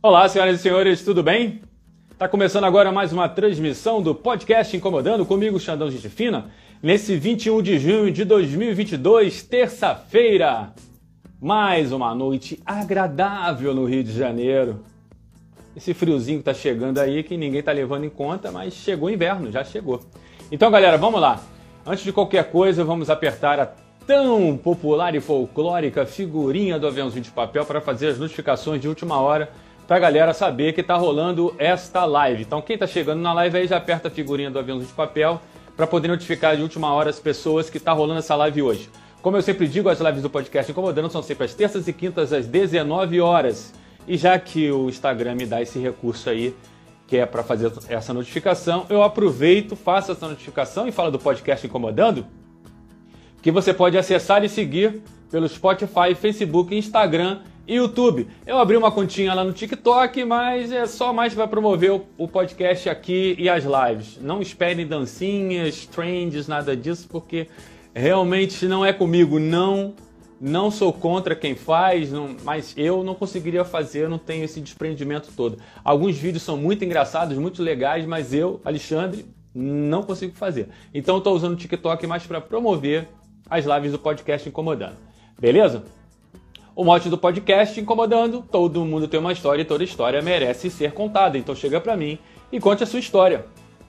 Olá, senhoras e senhores, tudo bem? Está começando agora mais uma transmissão do podcast Incomodando, comigo, Xandão Gente Fina, nesse 21 de junho de 2022, terça-feira. Mais uma noite agradável no Rio de Janeiro. Esse friozinho que tá chegando aí, que ninguém tá levando em conta, mas chegou o inverno, já chegou. Então, galera, vamos lá. Antes de qualquer coisa, vamos apertar a tão popular e folclórica figurinha do aviãozinho de papel para fazer as notificações de última hora para a galera saber que tá rolando esta live. Então, quem tá chegando na live aí já aperta a figurinha do aviãozinho de papel para poder notificar de última hora as pessoas que tá rolando essa live hoje. Como eu sempre digo, as lives do podcast Incomodando são sempre às terças e quintas às 19 horas. E já que o Instagram me dá esse recurso aí, que é para fazer essa notificação, eu aproveito, faço essa notificação e falo do podcast Incomodando, que você pode acessar e seguir pelo Spotify, Facebook, Instagram e YouTube. Eu abri uma continha lá no TikTok, mas é só mais para promover o podcast aqui e as lives. Não esperem dancinhas, trends, nada disso, porque realmente não é comigo. Não sou contra quem faz, mas eu não conseguiria fazer, eu não tenho esse desprendimento todo. Alguns vídeos são muito engraçados, muito legais, mas eu, Alexandre, não consigo fazer. Então eu estou usando o TikTok mais para promover as lives do podcast Incomodando. Beleza? O mote do podcast Incomodando: todo mundo tem uma história e toda história merece ser contada. Então chega pra mim e conte a sua história.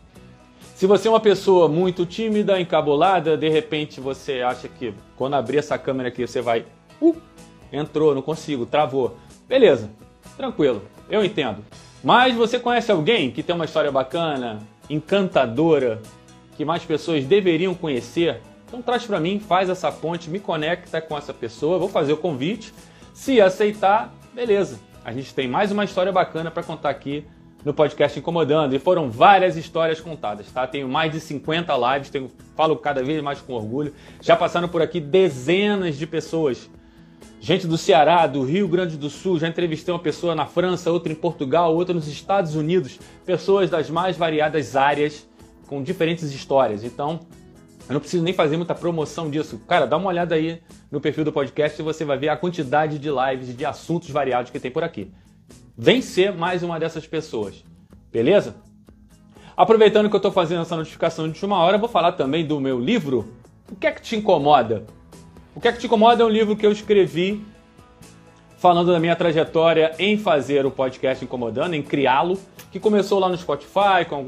Se você é uma pessoa muito tímida, encabulada, de repente você acha que quando abrir essa câmera aqui você vai... entrou, não consigo, travou. Beleza, tranquilo, eu entendo. Mas você conhece alguém que tem uma história bacana, encantadora, que mais pessoas deveriam conhecer? Então traz pra mim, faz essa ponte, me conecta com essa pessoa, vou fazer o convite. Se aceitar, beleza. A gente tem mais uma história bacana para contar aqui no podcast Incomodando. E foram várias histórias contadas, tá? Tenho mais de 50 lives, falo cada vez mais com orgulho. Já passaram por aqui dezenas de pessoas. Gente do Ceará, do Rio Grande do Sul, já entrevistei uma pessoa na França, outra em Portugal, outra nos Estados Unidos. Pessoas das mais variadas áreas, com diferentes histórias. Então, eu não preciso nem fazer muita promoção disso. Cara, dá uma olhada aí no perfil do podcast e você vai ver a quantidade de lives, de assuntos variados que tem por aqui. Vem ser mais uma dessas pessoas, beleza? Aproveitando que eu estou fazendo essa notificação de última hora, eu vou falar também do meu livro, O que é que te incomoda? O que é que te incomoda é um livro que eu escrevi falando da minha trajetória em fazer o podcast Incomodando, em criá-lo, que começou lá no Spotify, com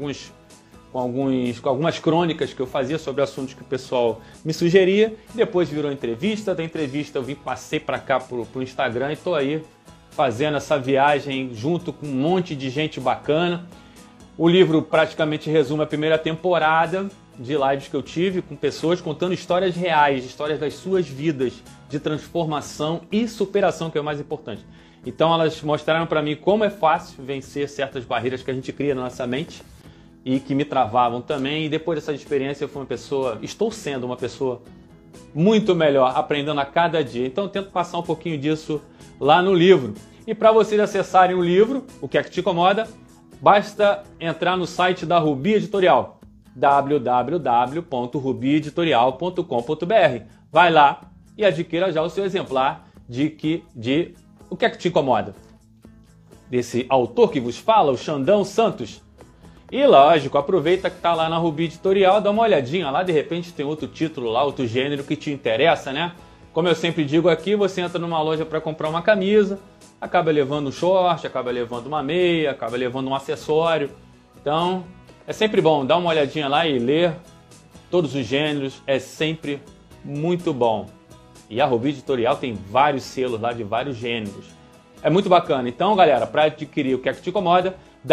algumas crônicas que eu fazia sobre assuntos que o pessoal me sugeria. Depois virou entrevista. Da entrevista eu passei para cá pro Instagram e estou aí fazendo essa viagem junto com um monte de gente bacana. O livro praticamente resume a primeira temporada de lives que eu tive com pessoas contando histórias reais, histórias das suas vidas, de transformação e superação, que é o mais importante. Então elas mostraram para mim como é fácil vencer certas barreiras que a gente cria na nossa mente e que me travavam também. E depois dessa experiência eu estou sendo uma pessoa muito melhor, aprendendo a cada dia. Então eu tento passar um pouquinho disso lá no livro. E para vocês acessarem o livro, O que é que te incomoda, basta entrar no site da Rubi Editorial, www.rubieditorial.com.br. Vai lá e adquira já o seu exemplar de O que é que te incomoda, desse autor que vos fala, o Xandão Santos. E lógico, aproveita que está lá na Rubi Editorial, dá uma olhadinha lá, de repente tem outro título lá, outro gênero que te interessa, né? Como eu sempre digo aqui, você entra numa loja para comprar uma camisa, acaba levando um short, acaba levando uma meia, acaba levando um acessório. Então, é sempre bom dar uma olhadinha lá e ler todos os gêneros, é sempre muito bom. E a Rubi Editorial tem vários selos lá de vários gêneros. É muito bacana. Então, galera, para adquirir O que é que te incomoda,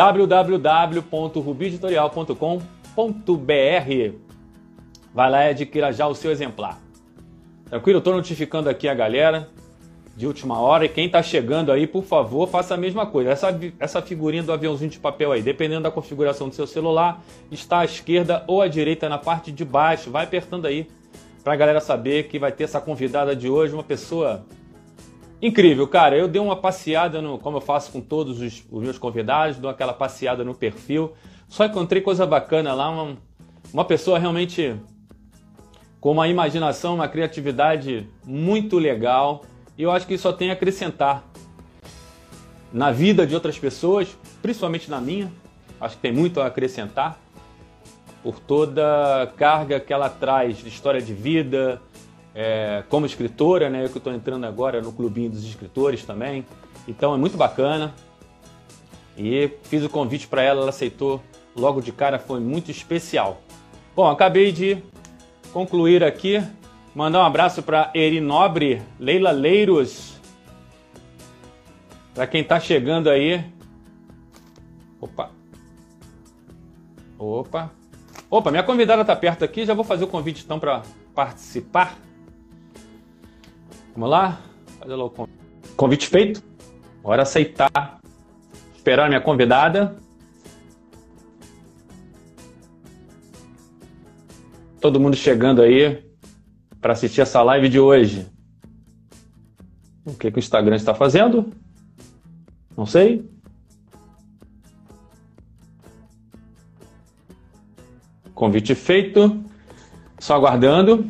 www.rubieditorial.com.br. Vai lá e adquira já o seu exemplar. Tranquilo? Eu estou notificando aqui a galera de última hora. E quem está chegando aí, por favor, faça a mesma coisa. Essa figurinha do aviãozinho de papel aí, dependendo da configuração do seu celular, está à esquerda ou à direita na parte de baixo. Vai apertando aí para a galera saber que vai ter essa convidada de hoje, uma pessoa incrível, cara. Eu dei uma passeada, como eu faço com todos os meus convidados, dou aquela passeada no perfil. Só encontrei coisa bacana lá, uma pessoa realmente com uma imaginação, uma criatividade muito legal. E eu acho que só tem a acrescentar na vida de outras pessoas, principalmente na minha. Acho que tem muito a acrescentar por toda a carga que ela traz de história de vida, como escritora, né? Eu que estou entrando agora no clubinho dos escritores também. Então é muito bacana. E fiz o convite para ela, ela aceitou logo de cara, foi muito especial. Bom, acabei de concluir aqui. Mandar um abraço para Eri Nobre, Leila Leiros. Para quem está chegando aí. Opa, minha convidada está perto aqui. Já vou fazer o convite então para participar. Vamos lá? Fazer lá o convite feito. Bora aceitar. Esperar a minha convidada. Todo mundo chegando aí para assistir essa live de hoje. O que o Instagram está fazendo? Não sei. Convite feito. Só aguardando.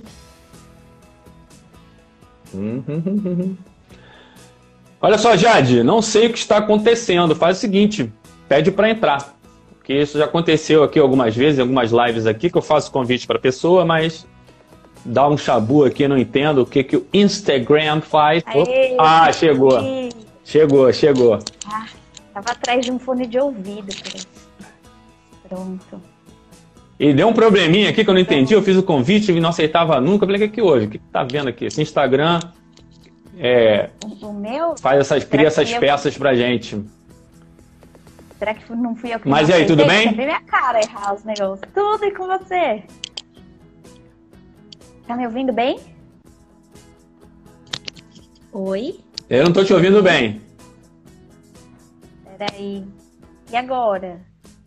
Olha só, Jade, não sei o que está acontecendo. Faz o seguinte, pede para entrar. Porque isso já aconteceu aqui algumas vezes, em algumas lives aqui, que eu faço convite para a pessoa, mas dá um chabu aqui, não entendo o que o Instagram faz. Aê, chegou. Chegou. Tava atrás de um fone de ouvido. Pronto. E deu um probleminha aqui que eu não entendi. Eu fiz o convite e não aceitava nunca. Eu falei, o que hoje? O que tá vendo aqui? Esse Instagram o meu? Cria essas peças pra gente. Será que não fui eu que Mas e aí, tudo bem? Também minha cara errar os negócios. Tudo, e com você? Tá me ouvindo bem? Oi? Eu não tô te ouvindo bem. Peraí. E agora?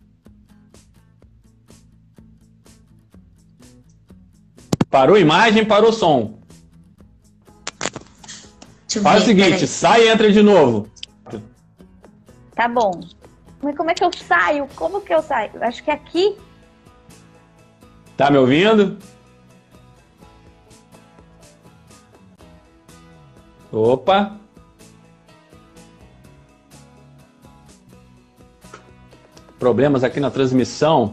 Parou a imagem, parou o som. Faz o seguinte, sai e entra de novo. Tá bom. Mas como é que eu saio? Como que eu saio? Acho que aqui. Tá me ouvindo? Opa. Problemas aqui na transmissão.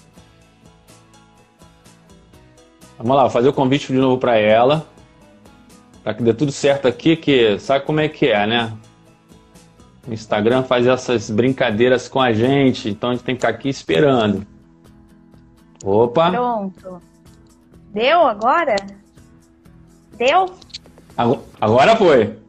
Vamos lá, vou fazer o convite de novo para ela. Para que dê tudo certo aqui, que sabe como é que é, né? O Instagram faz essas brincadeiras com a gente, então a gente tem que ficar aqui esperando. Opa! Pronto. Deu agora? Deu? Agora foi.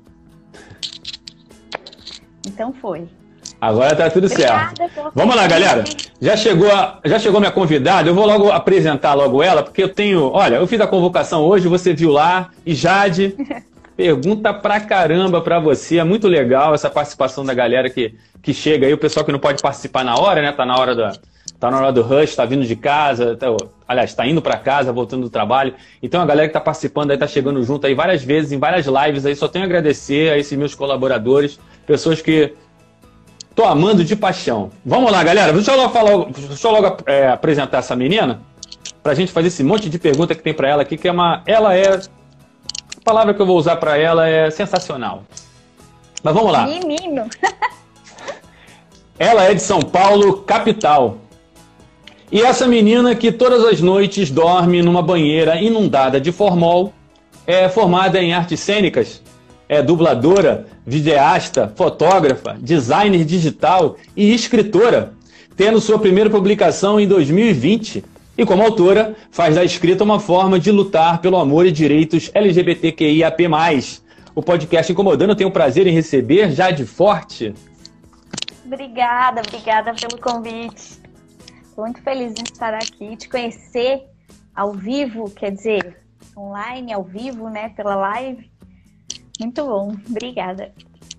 Então foi. Agora tá tudo certo. Vamos lá, galera. Já chegou minha convidada. Eu vou logo apresentar logo ela, porque eu tenho... Olha, eu fiz a convocação hoje, você viu lá. E Jade, pergunta pra caramba pra você. É muito legal essa participação da galera que chega aí. O pessoal que não pode participar na hora, né? Tá na hora do rush, tá vindo de casa. Aliás, tá indo pra casa, voltando do trabalho. Então a galera que tá participando aí, tá chegando junto aí várias vezes, em várias lives aí. Só tenho a agradecer a esses meus colaboradores. Pessoas que... Tô amando de paixão. Vamos lá, galera. Deixa eu logo apresentar essa menina pra gente fazer esse monte de pergunta que tem pra ela aqui, que a palavra que eu vou usar pra ela é sensacional. Mas vamos lá. Menino. Ela é de São Paulo, capital. E essa menina que todas as noites dorme numa banheira inundada de formol, é formada em artes cênicas, é dubladora, videasta, fotógrafa, designer digital e escritora, tendo sua primeira publicação em 2020. E como autora, faz da escrita uma forma de lutar pelo amor e direitos LGBTQIAP+. O podcast Incomodando tem o prazer em receber Jade Forte. Obrigada pelo convite. Estou muito feliz em estar aqui, te conhecer ao vivo, quer dizer, online, ao vivo, né, pela live. Muito bom, obrigada.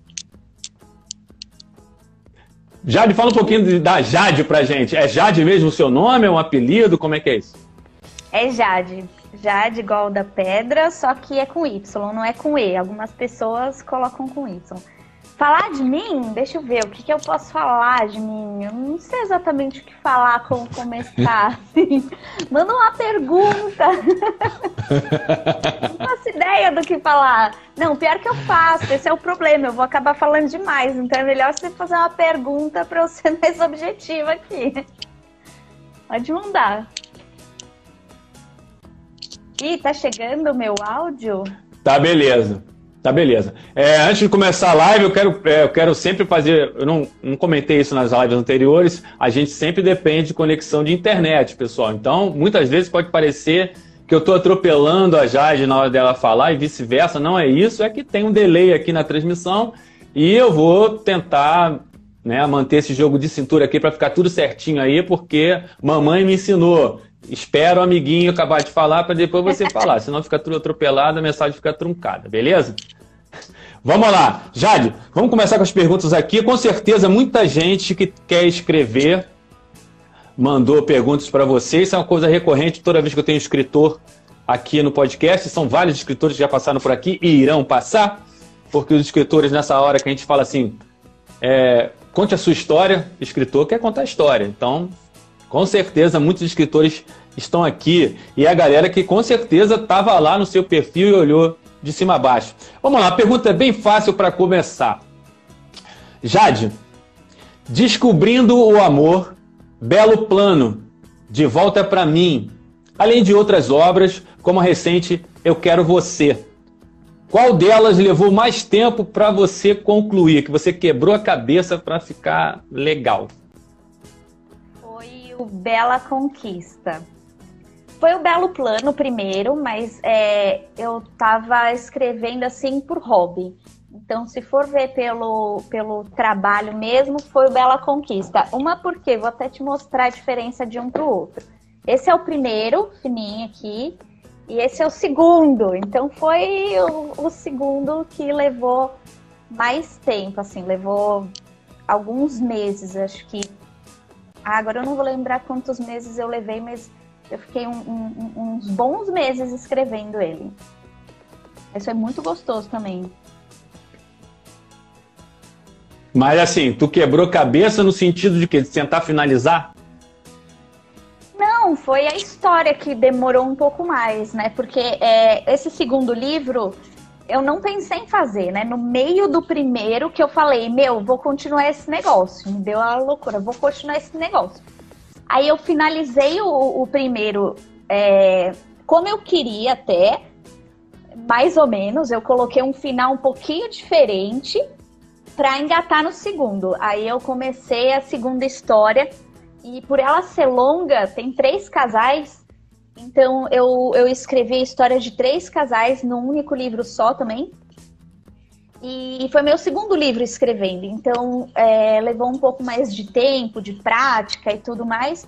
Jade, fala um pouquinho da Jade pra gente. É Jade mesmo o seu nome? É um apelido? Como é que é isso? É Jade. Jade igual da pedra, só que é com Y, não é com E. Algumas pessoas colocam com Y. Falar de mim? Deixa eu ver, o que eu posso falar de mim? Eu não sei exatamente o que falar, como começar, assim. Manda uma pergunta. Não faço ideia do que falar. Não, pior que eu faço, esse é o problema, eu vou acabar falando demais. Então é melhor você fazer uma pergunta para eu ser mais objetiva aqui. Pode mandar. Ih, tá chegando o meu áudio? Tá, beleza. Tá, beleza. Antes de começar a live, eu quero sempre fazer... Eu não comentei isso nas lives anteriores. A gente sempre depende de conexão de internet, pessoal. Então, muitas vezes pode parecer que eu estou atropelando a Jade na hora dela falar e vice-versa. Não é isso, é que tem um delay aqui na transmissão e eu vou tentar, né, manter esse jogo de cintura aqui para ficar tudo certinho aí, porque mamãe me ensinou. Espera o amiguinho acabar de falar para depois você falar, senão fica tudo atropelado, a mensagem fica truncada, beleza? Vamos lá, Jade, vamos começar com as perguntas aqui. Com certeza muita gente que quer escrever mandou perguntas para você. Isso é uma coisa recorrente toda vez que eu tenho escritor aqui no podcast. São vários escritores que já passaram por aqui e irão passar, porque os escritores, nessa hora que a gente fala assim, conte a sua história, o escritor quer contar a história. Então, com certeza, muitos escritores estão aqui e a galera que com certeza estava lá no seu perfil e olhou de cima a baixo. Vamos lá, a pergunta é bem fácil para começar. Jade, descobrindo o amor, belo plano, de volta para mim, além de outras obras, como a recente Eu Quero Você. Qual delas levou mais tempo para você concluir, que você quebrou a cabeça para ficar legal? Foi o Bela Conquista. Foi o Belo Plano primeiro, mas eu estava escrevendo assim por hobby. Então, se for ver pelo trabalho mesmo, foi o Bela Conquista. Uma porque, vou até te mostrar a diferença de um para o outro. Esse é o primeiro, fininho aqui, e esse é o segundo. Então, foi o segundo que levou mais tempo, assim, levou alguns meses, acho que... agora eu não vou lembrar quantos meses eu levei, mas eu fiquei uns bons meses escrevendo ele. Esse foi muito gostoso também. Mas assim, tu quebrou cabeça no sentido de quê? De tentar finalizar? Não, foi a história que demorou um pouco mais, né? Porque esse segundo livro eu não pensei em fazer, né? No meio do primeiro que eu falei, vou continuar esse negócio. Me deu a loucura, vou continuar esse negócio. Aí eu finalizei o primeiro como eu queria até, mais ou menos. Eu coloquei um final um pouquinho diferente para engatar no segundo. Aí eu comecei a segunda história e por ela ser longa, tem 3 casais, então eu escrevi a história de 3 casais num único livro só também. E foi meu segundo livro escrevendo, então levou um pouco mais de tempo, de prática e tudo mais.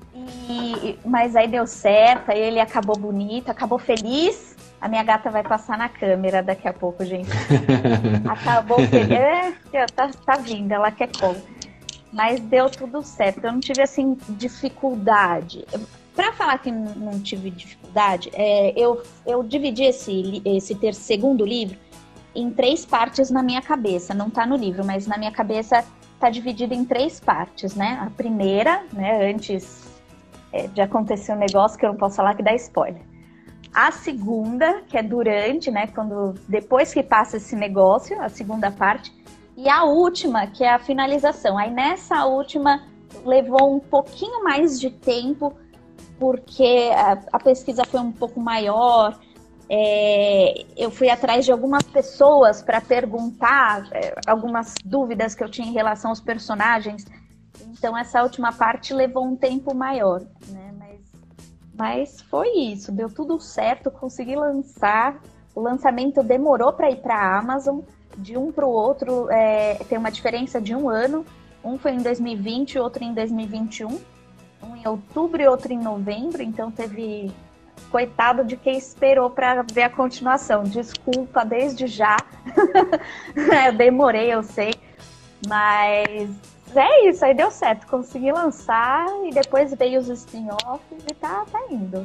Mas aí deu certo, aí ele acabou bonito, acabou feliz. A minha gata vai passar na câmera daqui a pouco, gente. Acabou feliz. Tá vindo, ela quer colo. Mas deu tudo certo. Eu não tive, assim, dificuldade. Pra falar que não tive dificuldade, eu dividi esse segundo livro em 3 partes na minha cabeça. Não tá no livro, mas na minha cabeça tá dividido em 3 partes, né? A primeira, né, antes de acontecer um negócio que eu não posso falar que dá spoiler. A segunda, que é durante, né, depois que passa esse negócio, a segunda parte. E a última, que é a finalização. Aí nessa última levou um pouquinho mais de tempo, porque a pesquisa foi um pouco maior. Eu fui atrás de algumas pessoas para perguntar algumas dúvidas que eu tinha em relação aos personagens. Então essa última parte levou um tempo maior, né? Mas foi isso, deu tudo certo, consegui lançar. O lançamento demorou para ir para a Amazon, de um para o outro tem uma diferença de 1 ano. Um foi em 2020, outro em 2021. Um em outubro e outro em novembro, então teve... Coitado de quem esperou para ver a continuação. Desculpa desde já. Eu demorei, eu sei. Mas é isso, aí deu certo. Consegui lançar e depois veio os spin-offs e tá indo.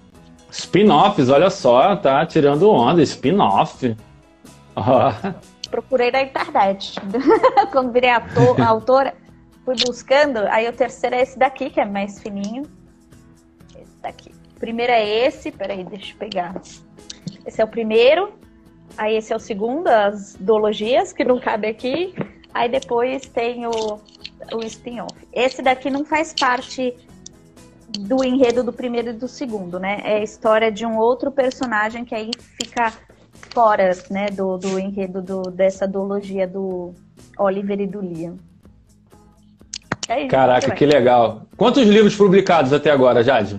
Spin-offs, olha só, tá tirando onda. Spin-off. procurei na internet. Quando virei autora, fui buscando. Aí o terceiro é esse daqui, que é mais fininho. Esse daqui. O primeiro é esse. Peraí, deixa eu pegar. Esse é o primeiro. Aí esse é o segundo, as duologias, que não cabe aqui. Aí depois tem o spin-off. Esse daqui não faz parte do enredo do primeiro e do segundo, né? É a história de um outro personagem que aí fica fora, né, do enredo dessa duologia do Oliver e do Liam. É isso. Caraca, que legal. Quantos livros publicados até agora, Jade?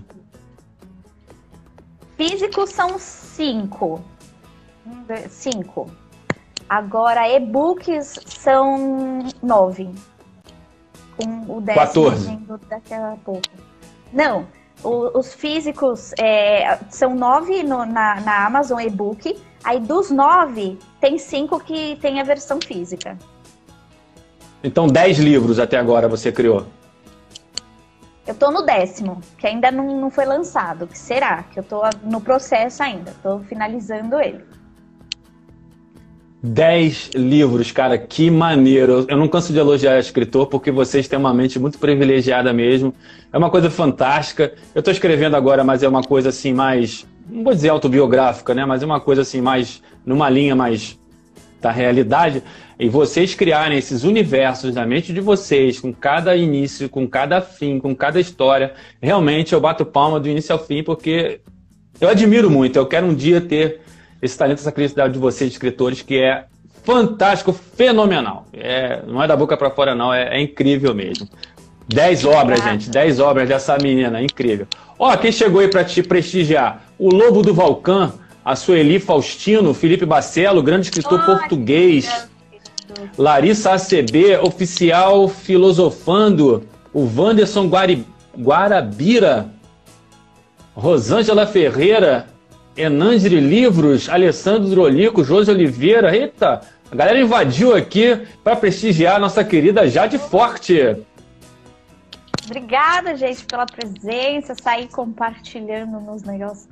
Físicos são 5. 5. Agora, e-books são 9. Com o 10º 14. vindo daqui a pouco. Não, os físicos são 9 na Amazon e-book. Aí dos 9, tem 5 que tem a versão física. Então 10 livros até agora você criou. Eu tô no 10º, que ainda não foi lançado. Que será? Que eu tô no processo ainda. Tô finalizando ele. 10 livros, cara, que maneiro. Eu não canso de elogiar escritor, porque vocês têm uma mente muito privilegiada mesmo. É uma coisa fantástica. Eu estou escrevendo agora, mas é uma coisa assim mais, não vou dizer autobiográfica, né? Mas é uma coisa assim mais, numa linha mais da realidade. E vocês criarem esses universos na mente de vocês, com cada início, com cada fim, com cada história. Realmente eu bato palma do início ao fim, porque eu admiro muito. Eu quero um dia ter esse talento, essa criatividade de vocês, escritores, que é fantástico, fenomenal. Não é da boca para fora, não. É incrível mesmo. 10 obras, gente. 10 obras dessa menina. Incrível. Ó, quem chegou aí para te prestigiar? O Lobo do Valcã, a Sueli Faustino, Felipe Bacelo, grande escritor português. Larissa ACB, oficial filosofando. O Wanderson Guarabira. Rosângela Ferreira. Enandre Livros, Alessandro Drolico, José Oliveira. Eita, a galera invadiu aqui para prestigiar a nossa querida Jade Forte. Obrigada, gente, pela presença, sair compartilhando nos negócios.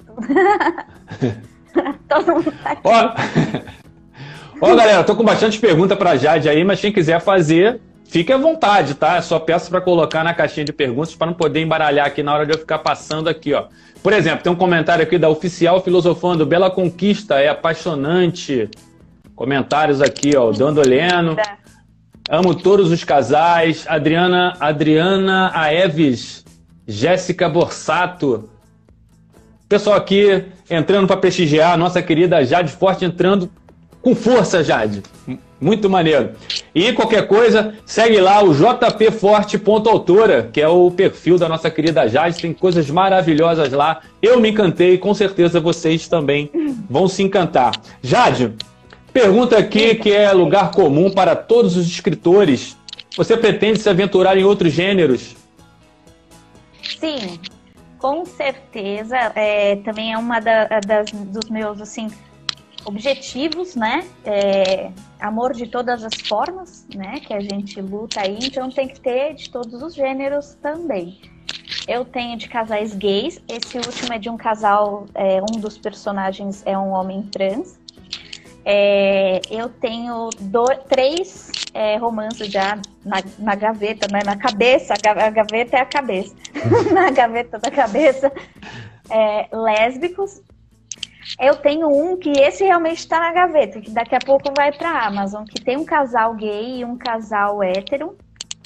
Todo mundo tá aqui. Ó, galera, tô com bastante pergunta para Jade aí, mas quem quiser fazer, fique à vontade, tá? É só peço para colocar na caixinha de perguntas para não poder embaralhar aqui na hora de eu ficar passando aqui, ó. Por exemplo, tem um comentário aqui da Oficial Filosofando, Bela Conquista, é apaixonante. Comentários aqui, ó, Dando Leno. Amo todos os casais. Adriana Aeves, Jéssica Borsato. Pessoal aqui entrando para prestigiar a nossa querida Jade Forte, entrando com força, Jade. Muito maneiro. E qualquer coisa, segue lá o jpforte.autora, que é o perfil da nossa querida Jade. Tem coisas maravilhosas lá. Eu me encantei, com certeza vocês também vão se encantar. Jade, pergunta aqui que é lugar comum para todos os escritores. Você pretende se aventurar em outros gêneros? Sim, com certeza. Também é uma dos meus, assim, objetivos, né? Amor de todas as formas, né? Que a gente luta aí, então tem que ter de todos os gêneros também. Eu tenho de casais gays. Esse último é de um casal, um dos personagens é um homem trans. Eu tenho 3 romances já na gaveta, né? Na cabeça, a gaveta é a cabeça. Na gaveta da cabeça, lésbicos. Eu tenho um que esse realmente está na gaveta, que daqui a pouco vai para a Amazon, que tem um casal gay e um casal hétero.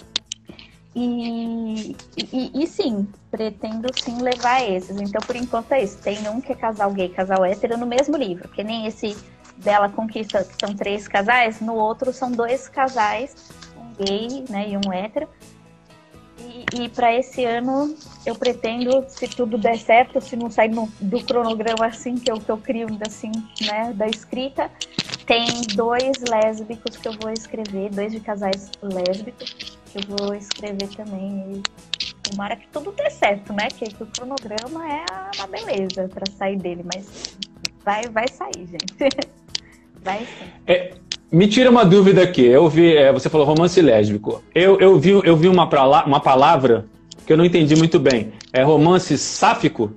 E sim, pretendo sim levar esses. Então, por enquanto é isso. Tem um que é casal gay e casal hétero no mesmo livro, que nem esse Bela Conquista, que são 3 casais. No outro são 2 casais, um gay, né, e um hétero. E para esse ano eu pretendo, se tudo der certo, se não sair do cronograma assim que eu crio, assim, né, da escrita, tem 2 lésbicos que eu vou escrever, 2 de casais lésbicos que eu vou escrever também. E tomara que tudo dê certo, né? Que o cronograma é uma beleza para sair dele, mas vai sair, gente. Vai sim. Me tira uma dúvida aqui. Eu vi, você falou romance lésbico. Eu vi uma palavra que eu não entendi muito bem. É romance sáfico?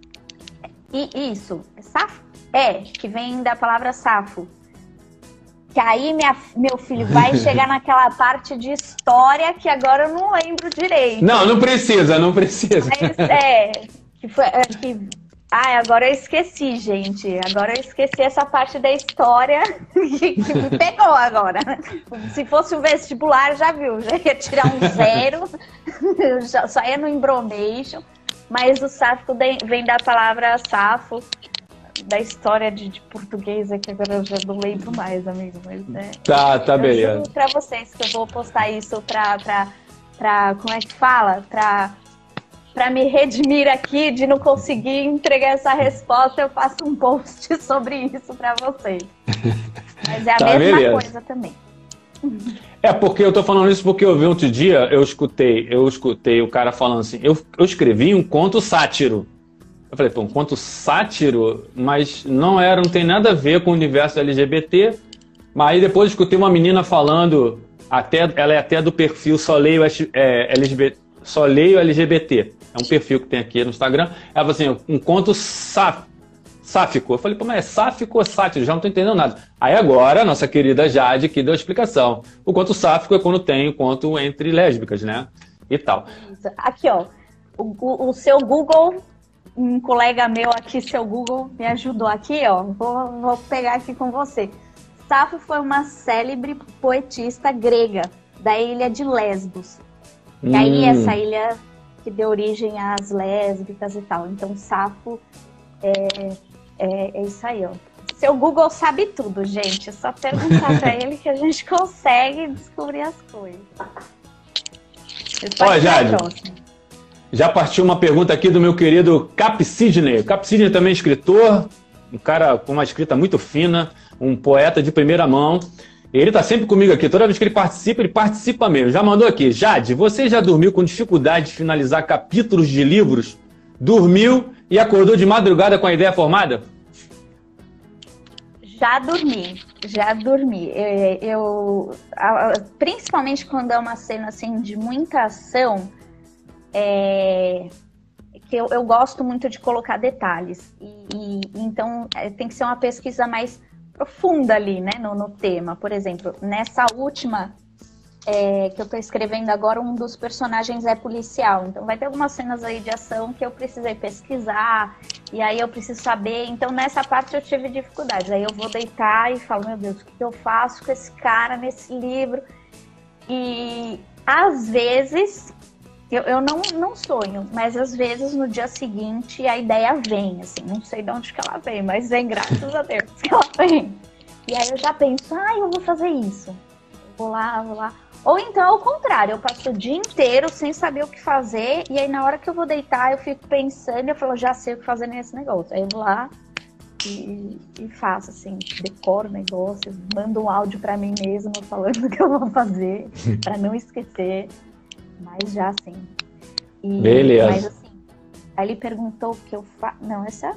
Isso. Safo? Que vem da palavra safo. que aí meu filho vai chegar naquela parte de história que agora eu não lembro direito. Não precisa. Mas agora eu esqueci, gente. Agora eu esqueci essa parte da história que me pegou agora. Se fosse o vestibular, já viu, já ia tirar um 0, só ia no embromation. Mas o sáfico vem da palavra safo, da história de português, que agora eu já não lembro mais, amigo. Mas, Tá, beleza. Eu juro pra vocês que eu vou postar isso pra como é que fala? Pra me redimir aqui de não conseguir entregar essa resposta, eu faço um post sobre isso pra vocês. Mas é a mesma coisa também. Porque eu tô falando isso porque eu vi outro dia, eu escutei o cara falando assim, eu escrevi um conto sátiro. Eu falei, um conto sátiro, mas não tem nada a ver com o universo LGBT. Mas aí depois eu escutei uma menina falando, ela é até do perfil Só Leio LGBT. É um perfil que tem aqui no Instagram. Ela falou assim, um conto sáfico. Eu falei, mas é sáfico ou sátiro? Já não tô entendendo nada. Aí agora, a nossa querida Jade que deu a explicação. O conto sáfico é quando tem o conto entre lésbicas, né? E tal. Aqui, ó. O seu Google, um colega meu aqui, seu Google, me ajudou aqui, ó. Vou pegar aqui com você. Safo foi uma célebre poetista grega da ilha de Lesbos. E aí essa ilha que deu origem às lésbicas e tal. Então, Safo é isso aí, ó. Seu Google sabe tudo, gente. É só perguntar pra ele que a gente consegue descobrir as coisas. Olha, Jade, já partiu uma pergunta aqui do meu querido Cap Sidney. O Cap Sidney também é escritor, um cara com uma escrita muito fina, um poeta de primeira mão. Ele tá sempre comigo aqui. Toda vez que ele participa mesmo. Já mandou aqui. Jade, você já dormiu com dificuldade de finalizar capítulos de livros? Dormiu e acordou de madrugada com a ideia formada? Já dormi. Principalmente quando é uma cena assim de muita ação, que eu gosto muito de colocar detalhes. Então tem que ser uma pesquisa mais profunda ali, né, no tema. Por exemplo, nessa última que eu estou escrevendo agora, um dos personagens é policial. Então vai ter algumas cenas aí de ação que eu precisei pesquisar, e aí eu preciso saber. Então nessa parte eu tive dificuldades. Aí eu vou deitar e falo, meu Deus, o que eu faço com esse cara nesse livro? E às vezes eu não sonho, mas às vezes no dia seguinte a ideia vem, assim, não sei de onde que ela vem, mas vem, graças a Deus que ela vem. E aí eu já penso, eu vou fazer isso. Vou lá. Ou então, ao contrário, eu passo o dia inteiro sem saber o que fazer, e aí na hora que eu vou deitar, eu fico pensando, e eu falo, já sei o que fazer nesse negócio. Aí eu vou lá e faço, assim, decoro o negócio, mando um áudio pra mim mesma falando o que eu vou fazer, pra não esquecer, mas já assim. Beleza. Mas assim, aí ele perguntou o que eu faço. Não, essa...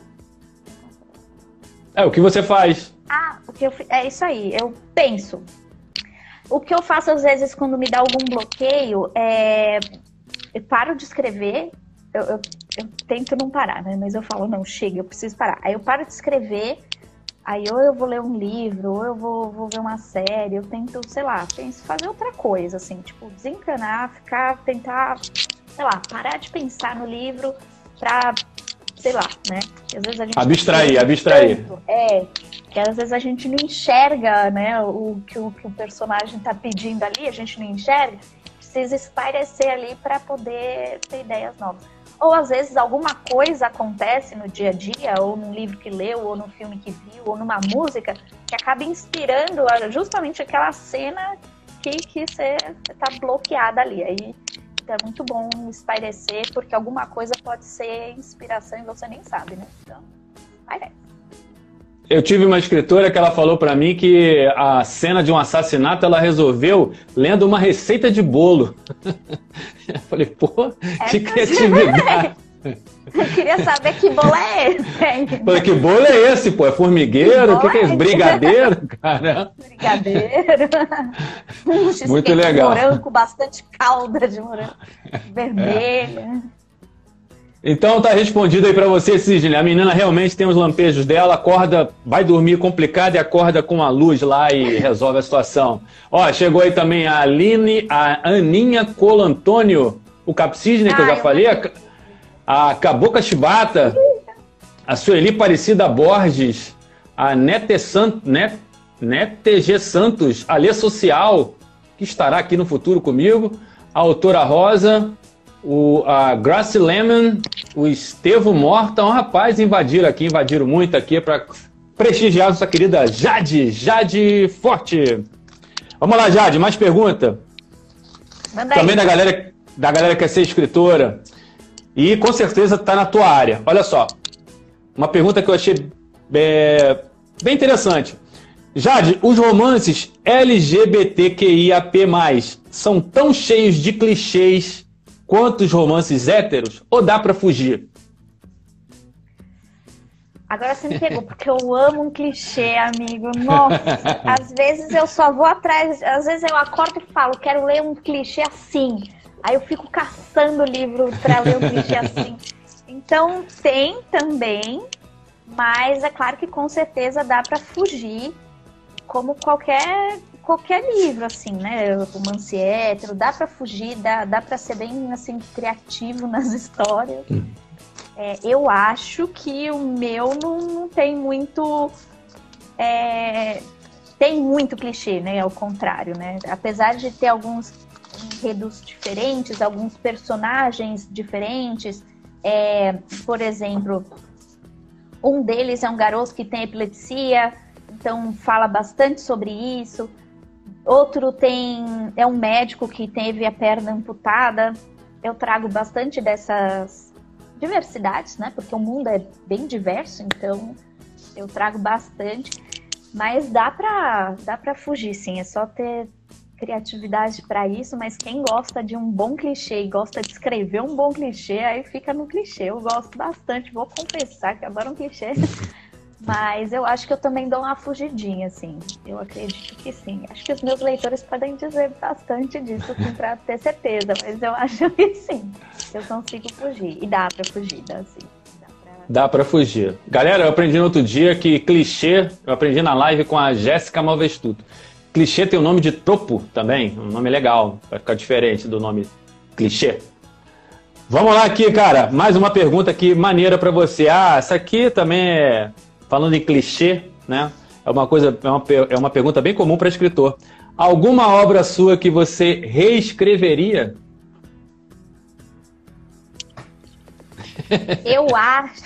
o que você faz? É isso aí, eu penso. O que eu faço às vezes quando me dá algum bloqueio eu paro de escrever, eu tento não parar, né? Mas eu falo, não, chega, eu preciso parar. Aí eu paro de escrever, aí ou eu vou ler um livro, ou eu vou ver uma série, eu tento, sei lá, penso fazer outra coisa, assim, tipo, desencanar, tentar, sei lá, parar de pensar no livro pra, sei lá, né? Porque às vezes a gente abstrair. Que às vezes a gente não enxerga, né, o que o personagem tá pedindo ali, a gente não enxerga, precisa espairecer ali para poder ter ideias novas. Ou às vezes alguma coisa acontece no dia a dia, ou num livro que leu, ou num filme que viu, ou numa música, que acaba inspirando justamente aquela cena que você tá bloqueada ali. Aí então, é muito bom espairecer, porque alguma coisa pode ser inspiração e você nem sabe, né? Então, espairecer. Eu tive uma escritora que ela falou pra mim que a cena de um assassinato ela resolveu lendo uma receita de bolo. Eu falei, que criatividade. Eu queria saber que bolo é esse. Falei, que bolo é esse, É formigueiro? O que é isso? Brigadeiro? Caramba. Brigadeiro. Muito legal. De morango, bastante calda de morango. Vermelha. Então tá respondido aí pra você, Sidney. A menina realmente tem os lampejos dela, acorda, vai dormir complicada e acorda com a luz lá e resolve a situação. Ó, chegou aí também a Aline, a Aninha Colantônio, o Cap Sidney, que eu já falei, a Cabocla Chibata, a Sueli Aparecida Borges, a Nete G. Santos, a Lê Social, que estará aqui no futuro comigo, a Autora Rosa, a Gracie Lemon, o Estevo Morta, rapaz, invadiram muito aqui para prestigiar nossa querida Jade Forte. Vamos lá, Jade, mais pergunta? Manda também aí. da galera que quer ser escritora e com certeza está na tua área. Olha só, uma pergunta que eu achei bem interessante. Jade, os romances LGBTQIAP+, são tão cheios de clichês quanto os romances héteros, ou dá pra fugir? Agora você me pegou, porque eu amo um clichê, amigo. Nossa, às vezes eu só vou atrás, às vezes eu acordo e falo, quero ler um clichê assim. Aí eu fico caçando livro pra ler um clichê assim. Então tem também, mas é claro que com certeza dá pra fugir, como qualquer livro, assim, né? Romance hétero, dá pra fugir, dá pra ser bem, assim, criativo nas histórias. Eu acho que o meu não tem muito... tem muito clichê, né? Ao contrário, né? Apesar de ter alguns enredos diferentes, alguns personagens diferentes. Por exemplo, um deles é um garoto que tem epilepsia, então fala bastante sobre isso. Outro é um médico que teve a perna amputada. Eu trago bastante dessas diversidades, né? Porque o mundo é bem diverso, então eu trago bastante. Mas dá pra fugir, sim. É só ter criatividade para isso. Mas quem gosta de um bom clichê e gosta de escrever um bom clichê, aí fica no clichê. Eu gosto bastante, vou confessar que adoro um clichê. Mas eu acho que eu também dou uma fugidinha, assim. Eu acredito que sim. Acho que os meus leitores podem dizer bastante disso, assim, pra ter certeza. Mas eu acho que sim. Eu consigo fugir. E dá pra fugir, dá sim. Dá pra fugir. Galera, eu aprendi no outro dia que clichê... Eu aprendi na live com a Jéssica Malvestuto. Clichê tem o nome de tropo também. Um nome legal. Vai ficar diferente do nome clichê. Vamos lá aqui, cara. Mais uma pergunta aqui maneira pra você. Essa aqui também é... Falando em clichê, né? É uma pergunta bem comum para escritor. Alguma obra sua que você reescreveria? Eu acho.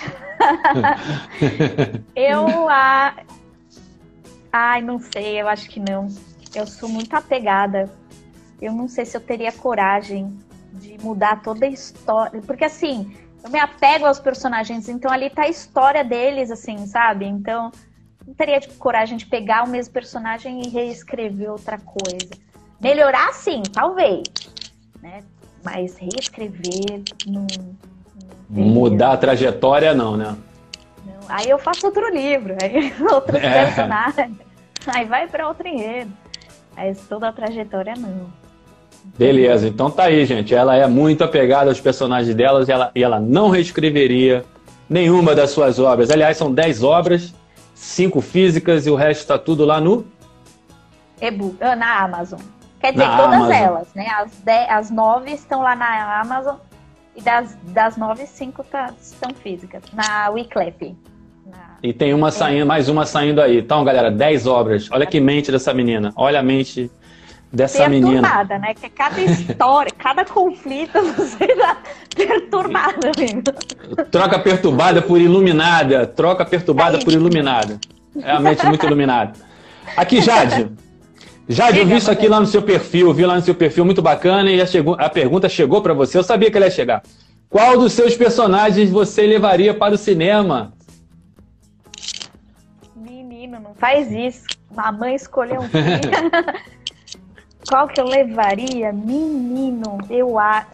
Ai, não sei, eu acho que não. Eu sou muito apegada. Eu não sei se eu teria coragem de mudar toda a história. Porque assim, eu me apego aos personagens, então ali tá a história deles, assim, sabe? Então, não teria coragem de pegar o mesmo personagem e reescrever outra coisa. Melhorar, sim, talvez, né? Mas reescrever, não mudar a trajetória, não, né? Não. Aí eu faço outro livro, aí outros personagens, aí vai pra outro enredo. Mas toda a trajetória, não. Beleza, então tá aí, gente. Ela é muito apegada aos personagens delas e ela não reescreveria nenhuma das suas obras. Aliás, são 10 obras, 5 físicas e o resto tá tudo lá no... e-book, na Amazon. Quer dizer, todas elas, né? As 9 estão lá na Amazon e das 9, 5 estão físicas. Na Wyclef. E tem uma saindo, mais uma saindo aí. Então, galera, 10 obras. Olha que mente dessa menina. Olha a mente dessa menina. Perturbada, né? Que cada história, cada conflito, você tá perturbada mesmo. Troca perturbada por iluminada. Troca perturbada por iluminada. É a mente muito iluminada. Aqui, Jade. Jade, eu vi isso aqui lá no seu perfil. Vi lá no seu perfil, muito bacana. E a pergunta chegou para você. Eu sabia que ela ia chegar. Qual dos seus personagens você levaria para o cinema? Menino, não faz isso. Mamãe escolheu um filho. Qual que eu levaria? Menino, eu acho.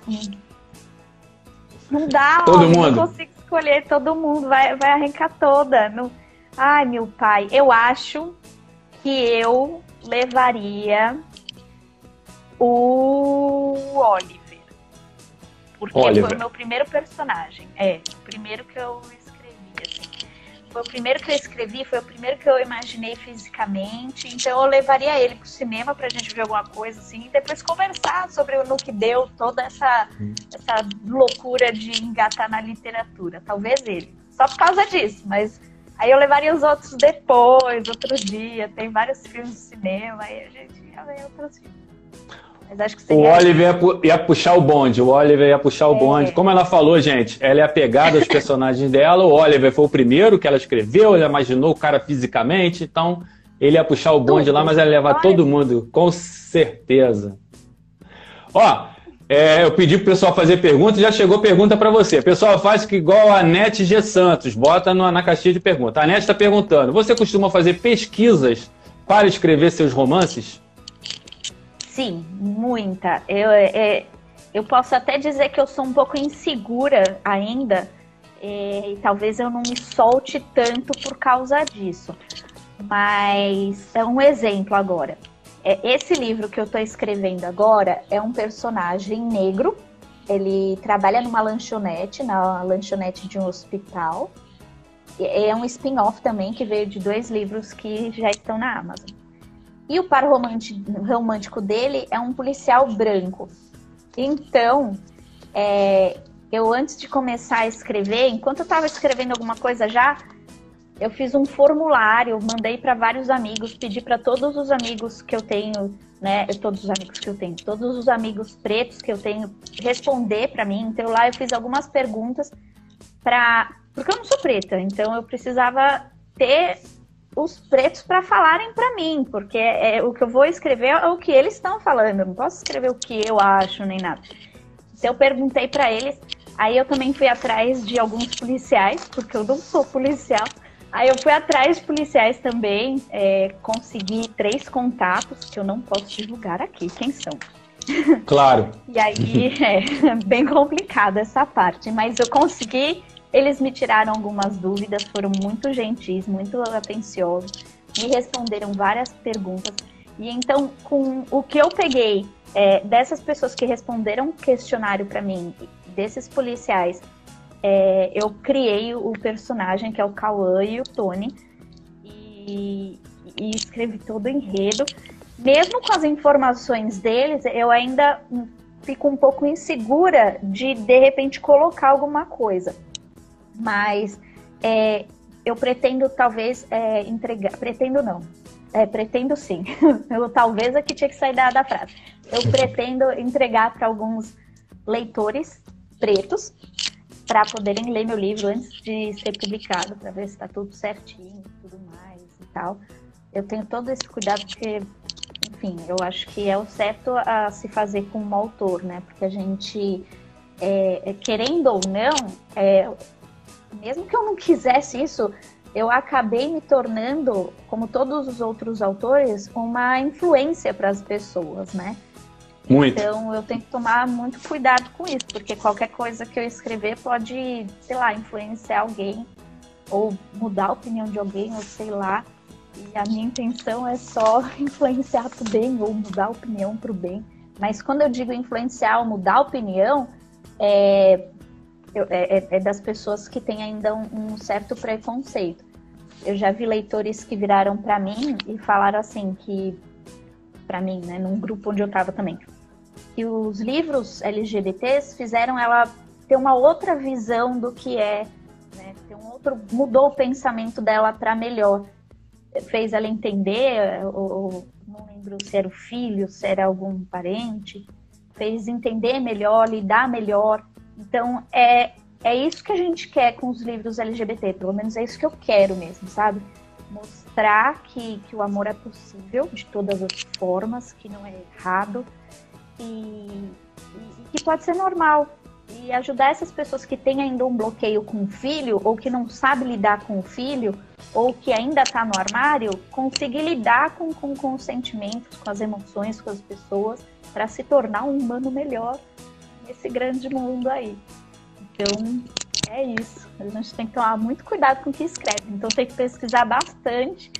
Não dá, todo mundo. Não consigo escolher todo mundo, vai arrancar toda. Não... Ai, meu pai, eu acho que eu levaria o Oliver. porque Oliver. foi o meu primeiro personagem. O primeiro que eu escrevi, assim. Foi o primeiro que eu escrevi, foi o primeiro que eu imaginei fisicamente. Então eu levaria ele pro cinema pra gente ver alguma coisa assim, e depois conversar sobre no que deu toda essa loucura de engatar na literatura. Talvez ele. Só por causa disso, mas aí eu levaria os outros depois, outro dia. Tem vários filmes de cinema, aí a gente ia ver outros filmes. Mas acho que seria... O Oliver ia puxar o bonde. Como ela falou, gente, ela é apegada aos personagens dela. O Oliver foi o primeiro que ela escreveu, ela imaginou o cara fisicamente, então ele ia puxar o bonde lá, mas ela ia levar todo mundo, com certeza. Ó, eu pedi pro pessoal fazer pergunta e já chegou pergunta para você. Pessoal, faz que igual a Nete G. Santos, bota na caixinha de pergunta. A Nete está perguntando, você costuma fazer pesquisas para escrever seus romances? Sim, muita. Eu posso até dizer que eu sou um pouco insegura ainda, e talvez eu não me solte tanto por causa disso. Mas é um exemplo agora. Esse livro que eu estou escrevendo agora é um personagem negro. Ele trabalha numa lanchonete, na lanchonete de um hospital. É um spin-off também que veio de 2 livros que já estão na Amazon. E o par romântico dele é um policial branco. Então, eu antes de começar a escrever, enquanto eu estava escrevendo alguma coisa eu fiz um formulário, mandei para vários amigos, pedi para todos os amigos que eu tenho, né? Todos os amigos pretos que eu tenho responder para mim. Então lá eu fiz algumas perguntas porque eu não sou preta, então eu precisava ter os pretos para falarem para mim, porque o que eu vou escrever é o que eles estão falando, eu não posso escrever o que eu acho nem nada. Então eu perguntei para eles, aí eu também fui atrás de alguns policiais, porque eu não sou policial, aí eu fui atrás de policiais também, consegui 3 contatos, que eu não posso divulgar aqui, quem são? Claro. E aí é bem complicada essa parte, mas eu consegui. Eles me tiraram algumas dúvidas, foram muito gentis, muito atenciosos, me responderam várias perguntas. E então, com o que eu peguei dessas pessoas que responderam o questionário para mim, desses policiais, eu criei o personagem, que é o Cauã e o Tony, e escrevi todo o enredo. Mesmo com as informações deles, eu ainda fico um pouco insegura de repente, colocar alguma coisa. Mas eu pretendo talvez entregar... Pretendo não. Pretendo sim. Eu, talvez aqui tinha que sair da frase. Eu pretendo entregar para alguns leitores pretos para poderem ler meu livro antes de ser publicado, para ver se está tudo certinho e tudo mais e tal. Eu tenho todo esse cuidado porque, enfim, eu acho que é o certo a se fazer com um autor, né? Porque a gente, querendo ou não... mesmo que eu não quisesse isso, eu acabei me tornando, como todos os outros autores, uma influência para as pessoas, né? Muito. Então eu tenho que tomar muito cuidado com isso, porque qualquer coisa que eu escrever pode, sei lá, influenciar alguém, ou mudar a opinião de alguém, ou sei lá. E a minha intenção é só influenciar para o bem, ou mudar a opinião para o bem. Mas quando eu digo influenciar ou mudar a opinião, é das pessoas que têm ainda um certo preconceito. Eu já vi leitores que viraram para mim e falaram assim que, para mim, né, num grupo onde eu estava também, que os livros LGBTs fizeram ela ter uma outra visão do que né, mudou o pensamento dela para melhor, fez ela entender, ou não lembro se era o filho, se era algum parente, fez entender melhor, lidar melhor. Então, é isso que a gente quer com os livros LGBT, pelo menos é isso que eu quero mesmo, sabe? Mostrar que o amor é possível, de todas as formas, que não é errado, e que pode ser normal. E ajudar essas pessoas que têm ainda um bloqueio com o filho, ou que não sabe lidar com o filho, ou que ainda está no armário, conseguir lidar com os sentimentos, com as emoções, com as pessoas, para se tornar um humano melhor nesse grande mundo aí. Então, é isso. A gente tem que tomar muito cuidado com o que escreve. Então, tem que pesquisar bastante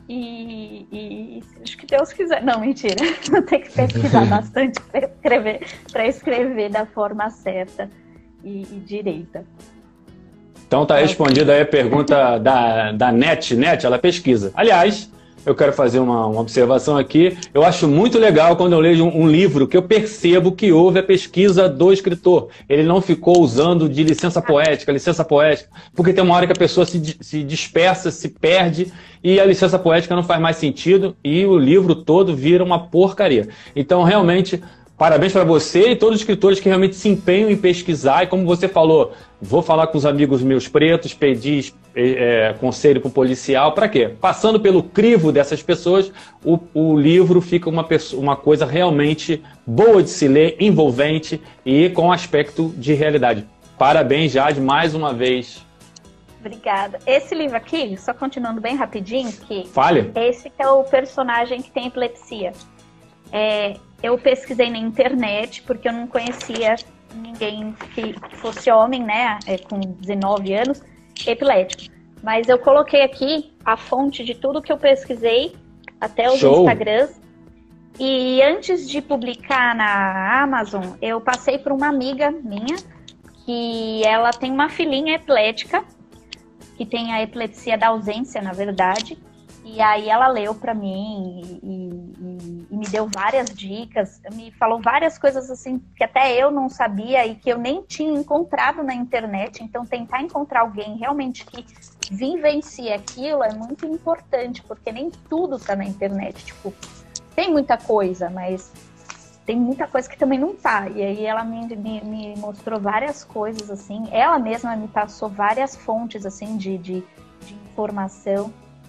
E acho que Deus quiser. Não, mentira. Tem que pesquisar bastante para escrever da forma certa e direita. Então tá respondida aí a pergunta da Net, ela pesquisa. Aliás, eu quero fazer uma observação aqui. Eu acho muito legal quando eu leio um livro que eu percebo que houve a pesquisa do escritor. Ele não ficou usando de licença poética, porque tem uma hora que a pessoa se dispersa, se perde, e a licença poética não faz mais sentido, e o livro todo vira uma porcaria. Então, realmente, parabéns para você e todos os escritores que realmente se empenham em pesquisar. E como você falou, vou falar com os amigos meus pretos, pedir conselho para o policial. Para quê? Passando pelo crivo dessas pessoas, o livro fica uma coisa realmente boa de se ler, envolvente e com aspecto de realidade. Parabéns, Jade, mais uma vez. Obrigada. Esse livro aqui, só continuando bem rapidinho, que Fale. Esse que é o personagem que tem epilepsia. Eu pesquisei na internet, porque eu não conhecia ninguém que fosse homem, né, com 19 anos, epilético. Mas eu coloquei aqui a fonte de tudo que eu pesquisei, até os Instagrams. E antes de publicar na Amazon, eu passei por uma amiga minha, que ela tem uma filhinha epilética, que tem a epilepsia da ausência, na verdade. E aí ela leu para mim e me deu várias dicas, me falou várias coisas assim que até eu não sabia e que eu nem tinha encontrado na internet. Então tentar encontrar alguém realmente que vivencie aquilo é muito importante, porque nem tudo tá na internet. Tipo, tem muita coisa, mas tem muita coisa que também não tá. E aí ela me mostrou várias coisas assim, ela mesma me passou várias fontes assim de informação.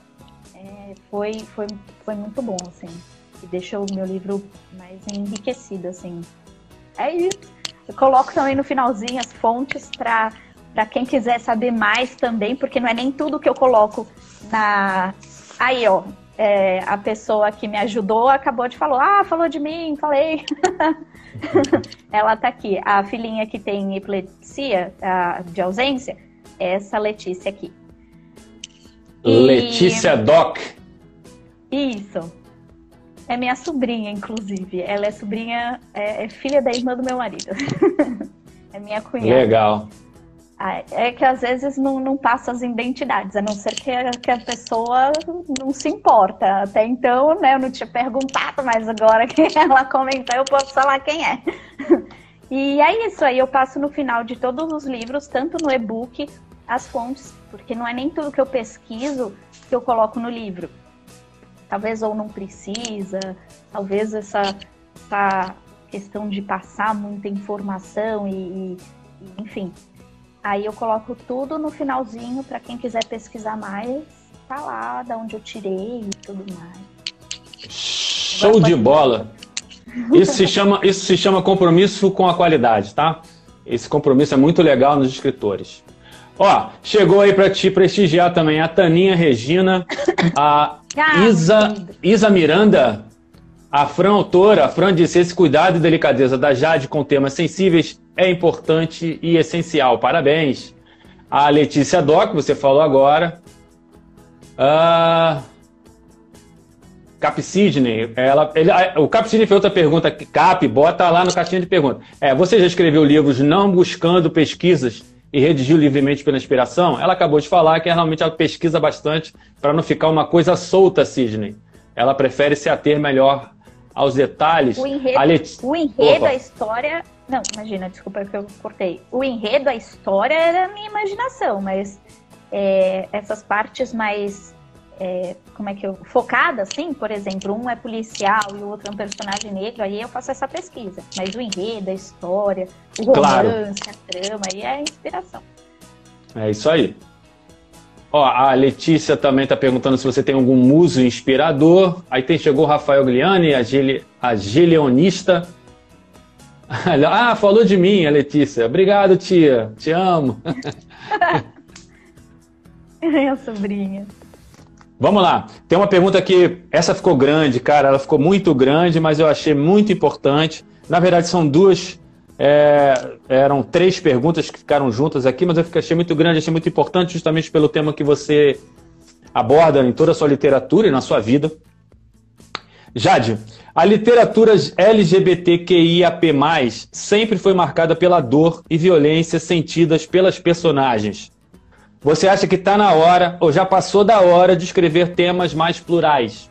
Foi muito bom, assim. E deixou o meu livro mais enriquecido, assim. É isso. Eu coloco também no finalzinho as fontes para quem quiser saber mais também, porque não é nem tudo que eu coloco na... Aí, ó, a pessoa que me ajudou acabou de falar, falou de mim, falei. Ela tá aqui. A filhinha que tem epilepsia de ausência, essa Letícia aqui. Letícia Doc. Isso. É minha sobrinha, inclusive. Ela é sobrinha, é filha da irmã do meu marido. É minha cunhada. Legal. É que às vezes não passa as identidades, a não ser que a pessoa não se importa. Até então, né, eu não tinha perguntado, mas agora que ela comentou, eu posso falar quem é. E é isso aí, eu passo no final de todos os livros, tanto no e-book, as fontes, porque não é nem tudo que eu pesquiso que eu coloco no livro. Talvez ou não precisa, talvez essa questão de passar muita informação e enfim. Aí eu coloco tudo no finalzinho para quem quiser pesquisar mais, tá lá, da onde eu tirei e tudo mais. Show de bola! Isso se chama compromisso com a qualidade, tá? Esse compromisso é muito legal nos escritores. Ó, chegou aí para te prestigiar também a Taninha Regina, a Isa Miranda, a Fran autora. A Fran disse: esse cuidado e delicadeza da Jade com temas sensíveis é importante e essencial. Parabéns. A Letícia Doc, você falou agora. Cap Sidney, o Cap Sidney fez outra pergunta. Cap, bota lá no caixinha de perguntas. Você já escreveu livros não buscando pesquisas e redigiu livremente pela inspiração? Ela acabou de falar que realmente ela pesquisa bastante para não ficar uma coisa solta, Sidney. Ela prefere se ater melhor aos detalhes. O enredo, a história... Não, imagina, desculpa que eu cortei. O enredo, a história era a minha imaginação, mas essas partes mais... focada, assim, por exemplo, um é policial e o outro é um personagem negro, aí eu faço essa pesquisa. Mas o enredo, a história, o romance, a trama, aí é a inspiração. É isso aí. Ó, a Letícia também está perguntando se você tem algum muso inspirador. Aí chegou o Rafael Gliani, a Gileonista. Falou de mim, a Letícia. Obrigado, tia. Te amo. Minha sobrinha. Vamos lá, tem uma pergunta que, essa ficou grande, cara, ela ficou muito grande, mas eu achei muito importante. Na verdade são duas, eram 3 perguntas que ficaram juntas aqui, mas eu achei muito grande, achei muito importante justamente pelo tema que você aborda em toda a sua literatura e na sua vida. Jade, a literatura LGBTQIAP+, sempre foi marcada pela dor e violência sentidas pelas personagens. Você acha que está na hora, ou já passou da hora, de escrever temas mais plurais?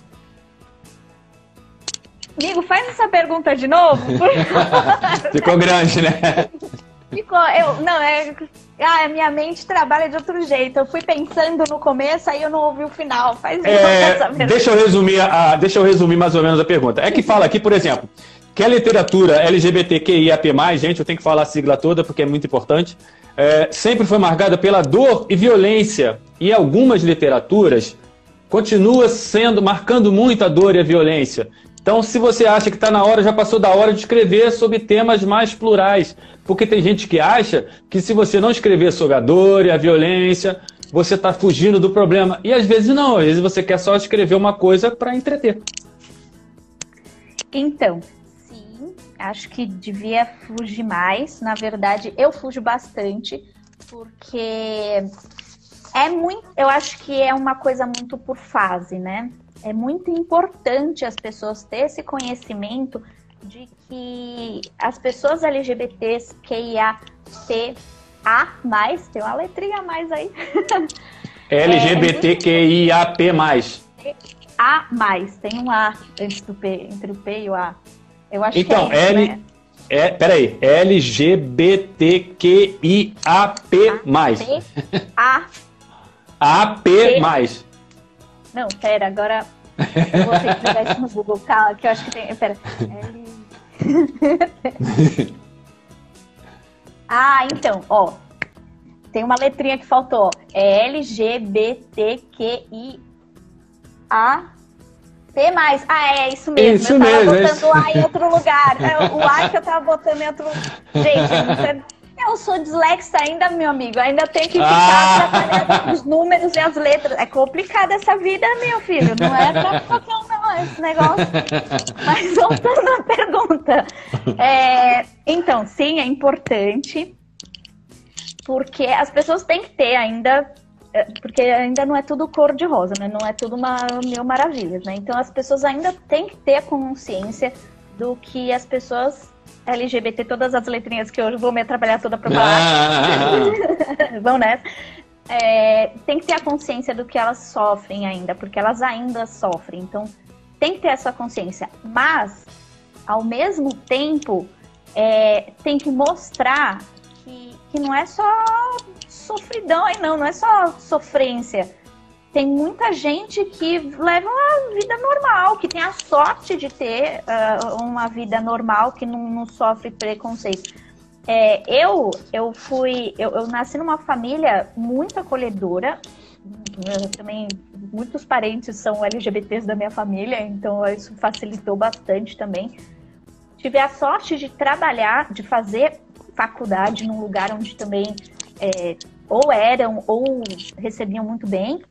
Amigo, faz essa pergunta de novo. Ficou grande, né? Ficou. A minha mente trabalha de outro jeito. Eu fui pensando no começo, aí eu não ouvi o final. Deixa eu resumir mais ou menos a pergunta. É que fala aqui, por exemplo, que a literatura LGBTQIAP+, gente, eu tenho que falar a sigla toda porque é muito importante, sempre foi marcada pela dor e violência. E algumas literaturas continua marcando muito a dor e a violência. Então, se você acha que está na hora, já passou da hora de escrever sobre temas mais plurais. Porque tem gente que acha que se você não escrever sobre a dor e a violência, você está fugindo do problema. E às vezes não, às vezes você quer só escrever uma coisa para entreter. Então, sim, acho que devia fugir mais. Na verdade, eu fujo bastante, porque eu acho que é uma coisa muito por fase, né? É muito importante as pessoas terem esse conhecimento de que as pessoas LGBTs, QIAP+, tem uma letrinha a mais aí. LGBTQIAP+. A+, tem um A antes do P, entre o P e o A. Eu acho então, que é isso, né? Peraí, LGBTQIAP+. AP+. Não, pera, agora eu vou ter que jogar isso no Google, calma, que eu acho que tem... Pera. Então, ó. Tem uma letrinha que faltou, ó. É LGBTQIAP+. É isso mesmo. Isso eu tava mesmo, botando o A em outro lugar. O A que eu tava botando em outro... Gente, eu sou dislexa ainda, meu amigo. Ainda tenho que ficar trabalhando os números e as letras. É complicada essa vida, meu filho. Não é pra qualquer um, não, esse negócio. Mas voltando à pergunta. Então, sim, é importante. Porque as pessoas têm que ter ainda... Porque ainda não é tudo cor de rosa, né? Não é tudo mil maravilhas, né? Então, as pessoas ainda têm que ter a consciência do que as pessoas... LGBT, todas as letrinhas que hoje vou me atrapalhar toda pra falar. Vão nessa. Tem que ter a consciência do que elas sofrem ainda, porque elas ainda sofrem. Então, tem que ter essa consciência. Mas, ao mesmo tempo, tem que mostrar que não é só sofridão aí, não é só sofrência. Tem muita gente que leva uma vida normal, que tem a sorte de ter uma vida normal, que não sofre preconceito. Eu nasci numa família muito acolhedora. Também muitos parentes são LGBTs da minha família, então isso facilitou bastante também. Tive a sorte de trabalhar, de fazer faculdade num lugar onde também ou eram ou recebiam muito bem.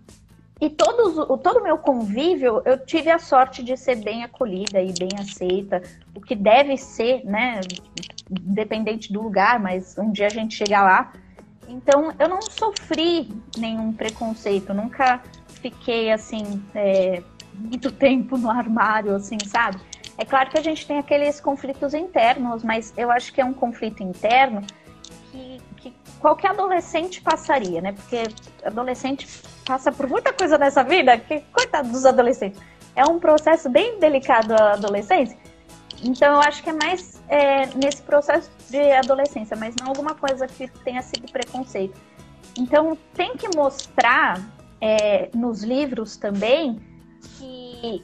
E todo o meu convívio, eu tive a sorte de ser bem acolhida e bem aceita, o que deve ser, né, independente do lugar, mas um dia a gente chega lá. Então, eu não sofri nenhum preconceito, nunca fiquei, assim, muito tempo no armário, assim, sabe? É claro que a gente tem aqueles conflitos internos, mas eu acho que é um conflito interno que qualquer adolescente passaria, né? Porque adolescente passa por muita coisa nessa vida, que coitado dos adolescentes. É um processo bem delicado a adolescência. Então eu acho que é mais nesse processo de adolescência, mas não alguma coisa que tenha sido preconceito. Então tem que mostrar nos livros também que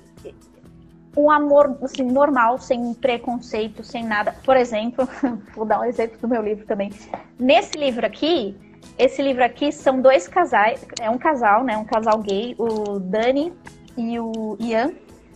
um amor assim, normal, sem preconceito, sem nada. Por exemplo, vou dar um exemplo do meu livro também. Esse livro aqui são dois casais, é um casal, né? Um casal gay, o Dani e o Ian.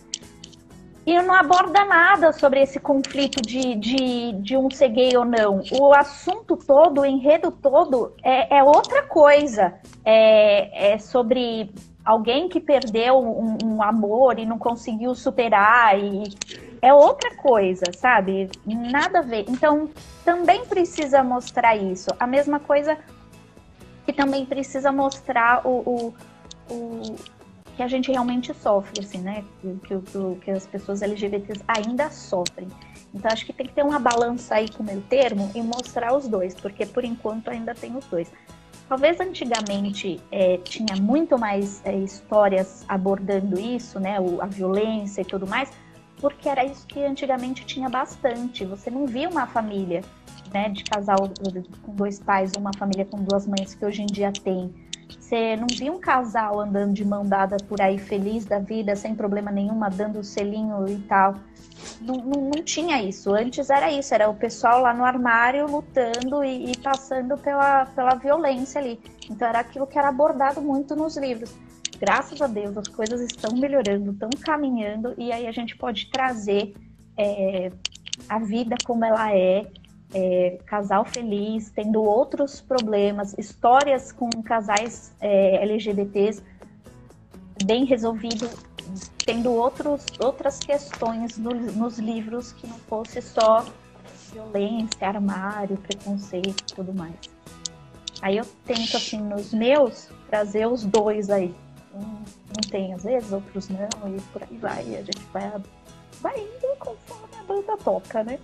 E não aborda nada sobre esse conflito de um ser gay ou não. O assunto todo, o enredo todo é outra coisa. É sobre alguém que perdeu um amor e não conseguiu superar. E é outra coisa, sabe? Nada a ver. Então, também precisa mostrar isso. A mesma coisa que também precisa mostrar o que a gente realmente sofre, assim, né? Que as pessoas LGBTs ainda sofrem. Então, acho que tem que ter uma balança aí com o meio termo e mostrar os dois, porque por enquanto ainda tem os dois. Talvez antigamente tinha muito mais histórias abordando isso, né? A violência e tudo mais, porque era isso que antigamente tinha bastante. Você não via uma família, né, de casal com 2 pais, uma família com 2 mães, que hoje em dia tem. Você não via um casal andando de mão dada por aí, feliz da vida, sem problema nenhum, dando o selinho e tal. Não tinha isso. Antes era isso, era o pessoal lá no armário lutando e passando pela violência ali. Então era aquilo que era abordado muito nos livros. Graças a Deus, as coisas estão melhorando, estão caminhando, e aí a gente pode trazer a vida como ela casal feliz, tendo outros problemas, histórias com casais LGBTs bem resolvidos, tendo outras questões nos livros que não fosse só violência, armário, preconceito e tudo mais. Aí eu tento, assim, nos meus, trazer os dois aí. Um tem às vezes, outros não, e por aí vai. E a gente vai indo conforme a banda toca, né?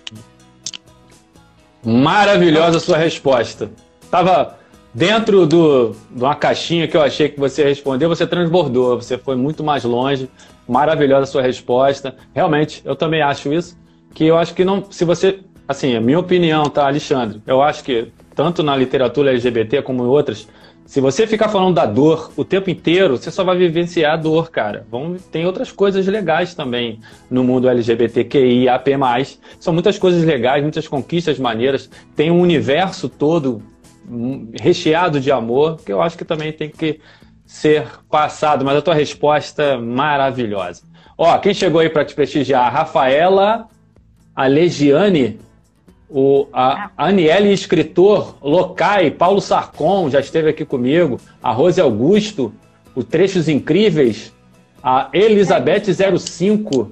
Maravilhosa a sua resposta. Tava dentro de uma caixinha que eu achei que você ia responder, você transbordou, você foi muito mais longe. Maravilhosa a sua resposta. Realmente, eu também acho isso, que eu acho que não, se você, assim, a minha opinião, tá, Alexandre? Eu acho que tanto na literatura LGBT como em outras, se você ficar falando da dor o tempo inteiro, você só vai vivenciar a dor, cara. Tem outras coisas legais também no mundo LGBTQIAP+. São muitas coisas legais, muitas conquistas maneiras. Tem um universo todo recheado de amor, que eu acho que também tem que ser passado. Mas a tua resposta é maravilhosa. Ó, quem chegou aí para te prestigiar? A Rafaela Alegiane, a Aniele Escritor, Locai, Paulo Sarcon já esteve aqui comigo, a Rose Augusto, o Trechos Incríveis, a Elizabeth 05,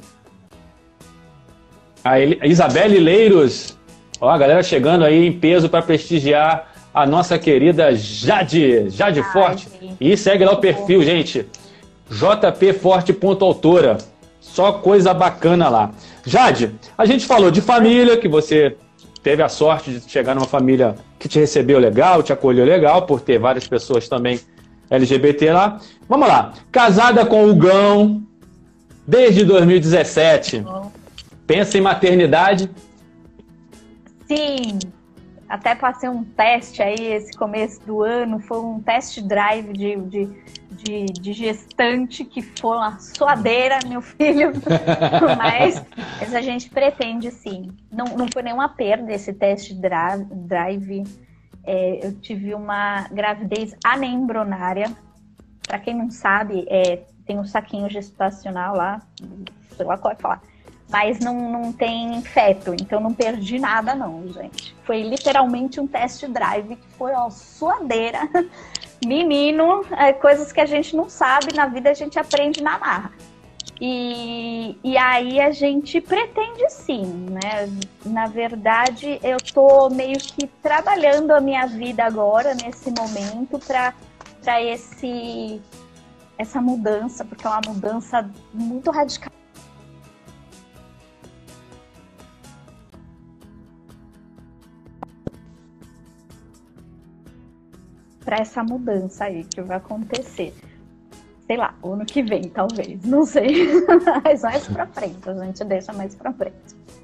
a Isabelle Leiros, ó, a galera chegando aí em peso para prestigiar a nossa querida Jade Forte. Sim. E segue lá o perfil, gente, jpforte.autora, só coisa bacana lá. Jade, a gente falou de família, que você teve a sorte de chegar numa família que te recebeu legal, te acolheu legal, por ter várias pessoas também LGBT lá. Vamos lá. Casada com o Gão desde 2017. Pensa em maternidade? Sim. Até passei um teste aí esse começo do ano. Foi um test drive de gestante, que foi uma suadeira, meu filho. Mas a gente pretende, sim. Não foi nenhuma perda esse test drive. Eu tive uma gravidez anembrionária. Para quem não sabe, tem um saquinho gestacional lá, sei lá qual é falar. Mas não tem feto, então não perdi nada não, gente. Foi literalmente um test drive que foi, ó, suadeira. Menino, coisas que a gente não sabe, na vida a gente aprende na marra. E aí a gente pretende sim, né? Na verdade, eu tô meio que trabalhando a minha vida agora, nesse momento, para essa mudança, porque é uma mudança muito radical. Para essa mudança aí que vai acontecer. Sei lá, ano que vem, talvez. Não sei. Mas mais pra frente, a gente deixa mais pra frente.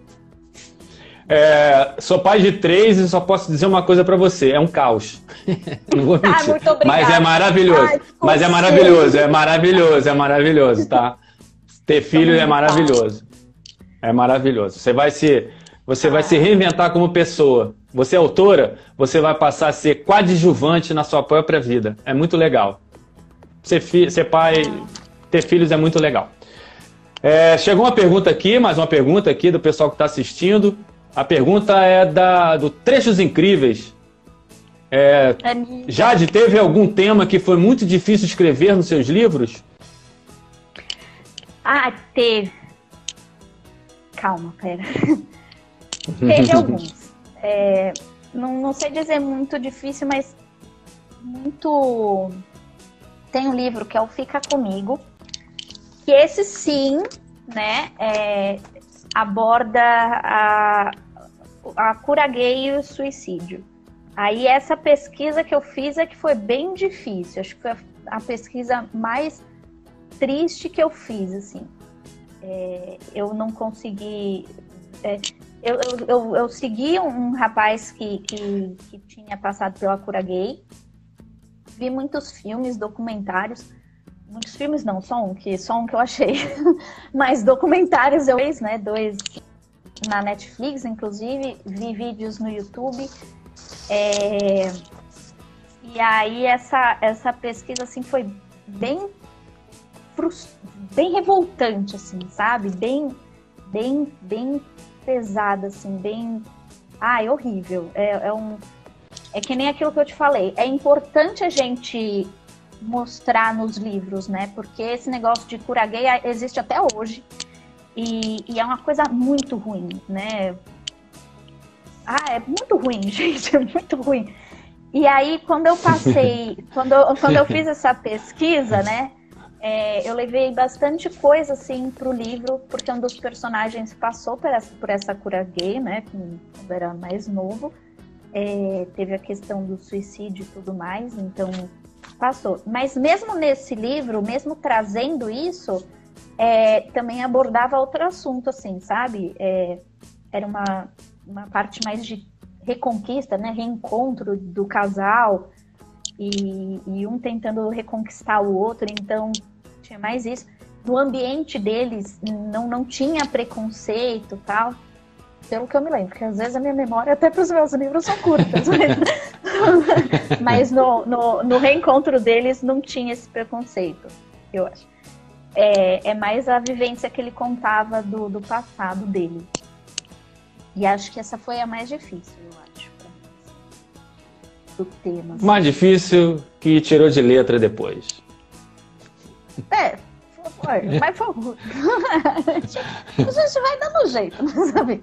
Sou pai de 3 e só posso dizer uma coisa pra você. É um caos. Não vou mentir. Muito obrigada. Mas é maravilhoso. Mas é maravilhoso, é maravilhoso, é maravilhoso, tá? Ter filho é maravilhoso. É maravilhoso. Você vai se reinventar como pessoa. Você é autora, você vai passar a ser coadjuvante na sua própria vida. É muito legal. Ser pai, ter filhos é muito legal. Chegou uma pergunta aqui, mais uma pergunta aqui do pessoal que está assistindo. A pergunta é do Trechos Incríveis. Jade, teve algum tema que foi muito difícil escrever nos seus livros? Teve. Calma, pera. Teve alguns. Não sei dizer muito difícil, mas muito tem um livro que é o Fica Comigo, que esse sim, né, aborda a cura gay e o suicídio. Aí essa pesquisa que eu fiz é que foi bem difícil, acho que foi a pesquisa mais triste que eu fiz, assim. Eu não consegui... Eu segui um rapaz que tinha passado pela cura gay, vi muitos filmes, documentários, muitos filmes não, só um que eu achei, mas documentários eu fiz, né, 2 na Netflix, inclusive, vi vídeos no YouTube, e aí essa pesquisa, assim, foi bem revoltante, assim, sabe, bem pesada, assim, bem... Ai, horrível. É que nem aquilo que eu te falei. É importante a gente mostrar nos livros, né? Porque esse negócio de cura gay existe até hoje. E é uma coisa muito ruim, né? É muito ruim, gente. É muito ruim. E aí, quando eu passei... quando eu fiz essa pesquisa, né? Eu levei bastante coisa, assim, pro livro, porque um dos personagens passou por essa cura gay, né, quando era mais novo, teve a questão do suicídio e tudo mais, então passou. Mas mesmo nesse livro, mesmo trazendo isso, também abordava outro assunto, assim, sabe? Era uma parte mais de reconquista, né, reencontro do casal, e um tentando reconquistar o outro, então tinha mais isso. No ambiente deles não tinha preconceito e tal, pelo que eu me lembro, porque às vezes a minha memória até para os meus livros são curtas, mas no reencontro deles não tinha esse preconceito, eu acho. É mais a vivência que ele contava do passado dele. E acho que essa foi a mais difícil, eu acho, do tema. Assim. Mais difícil que tirou de letra depois. Mas foi ruim. A gente vai dando jeito, sabe?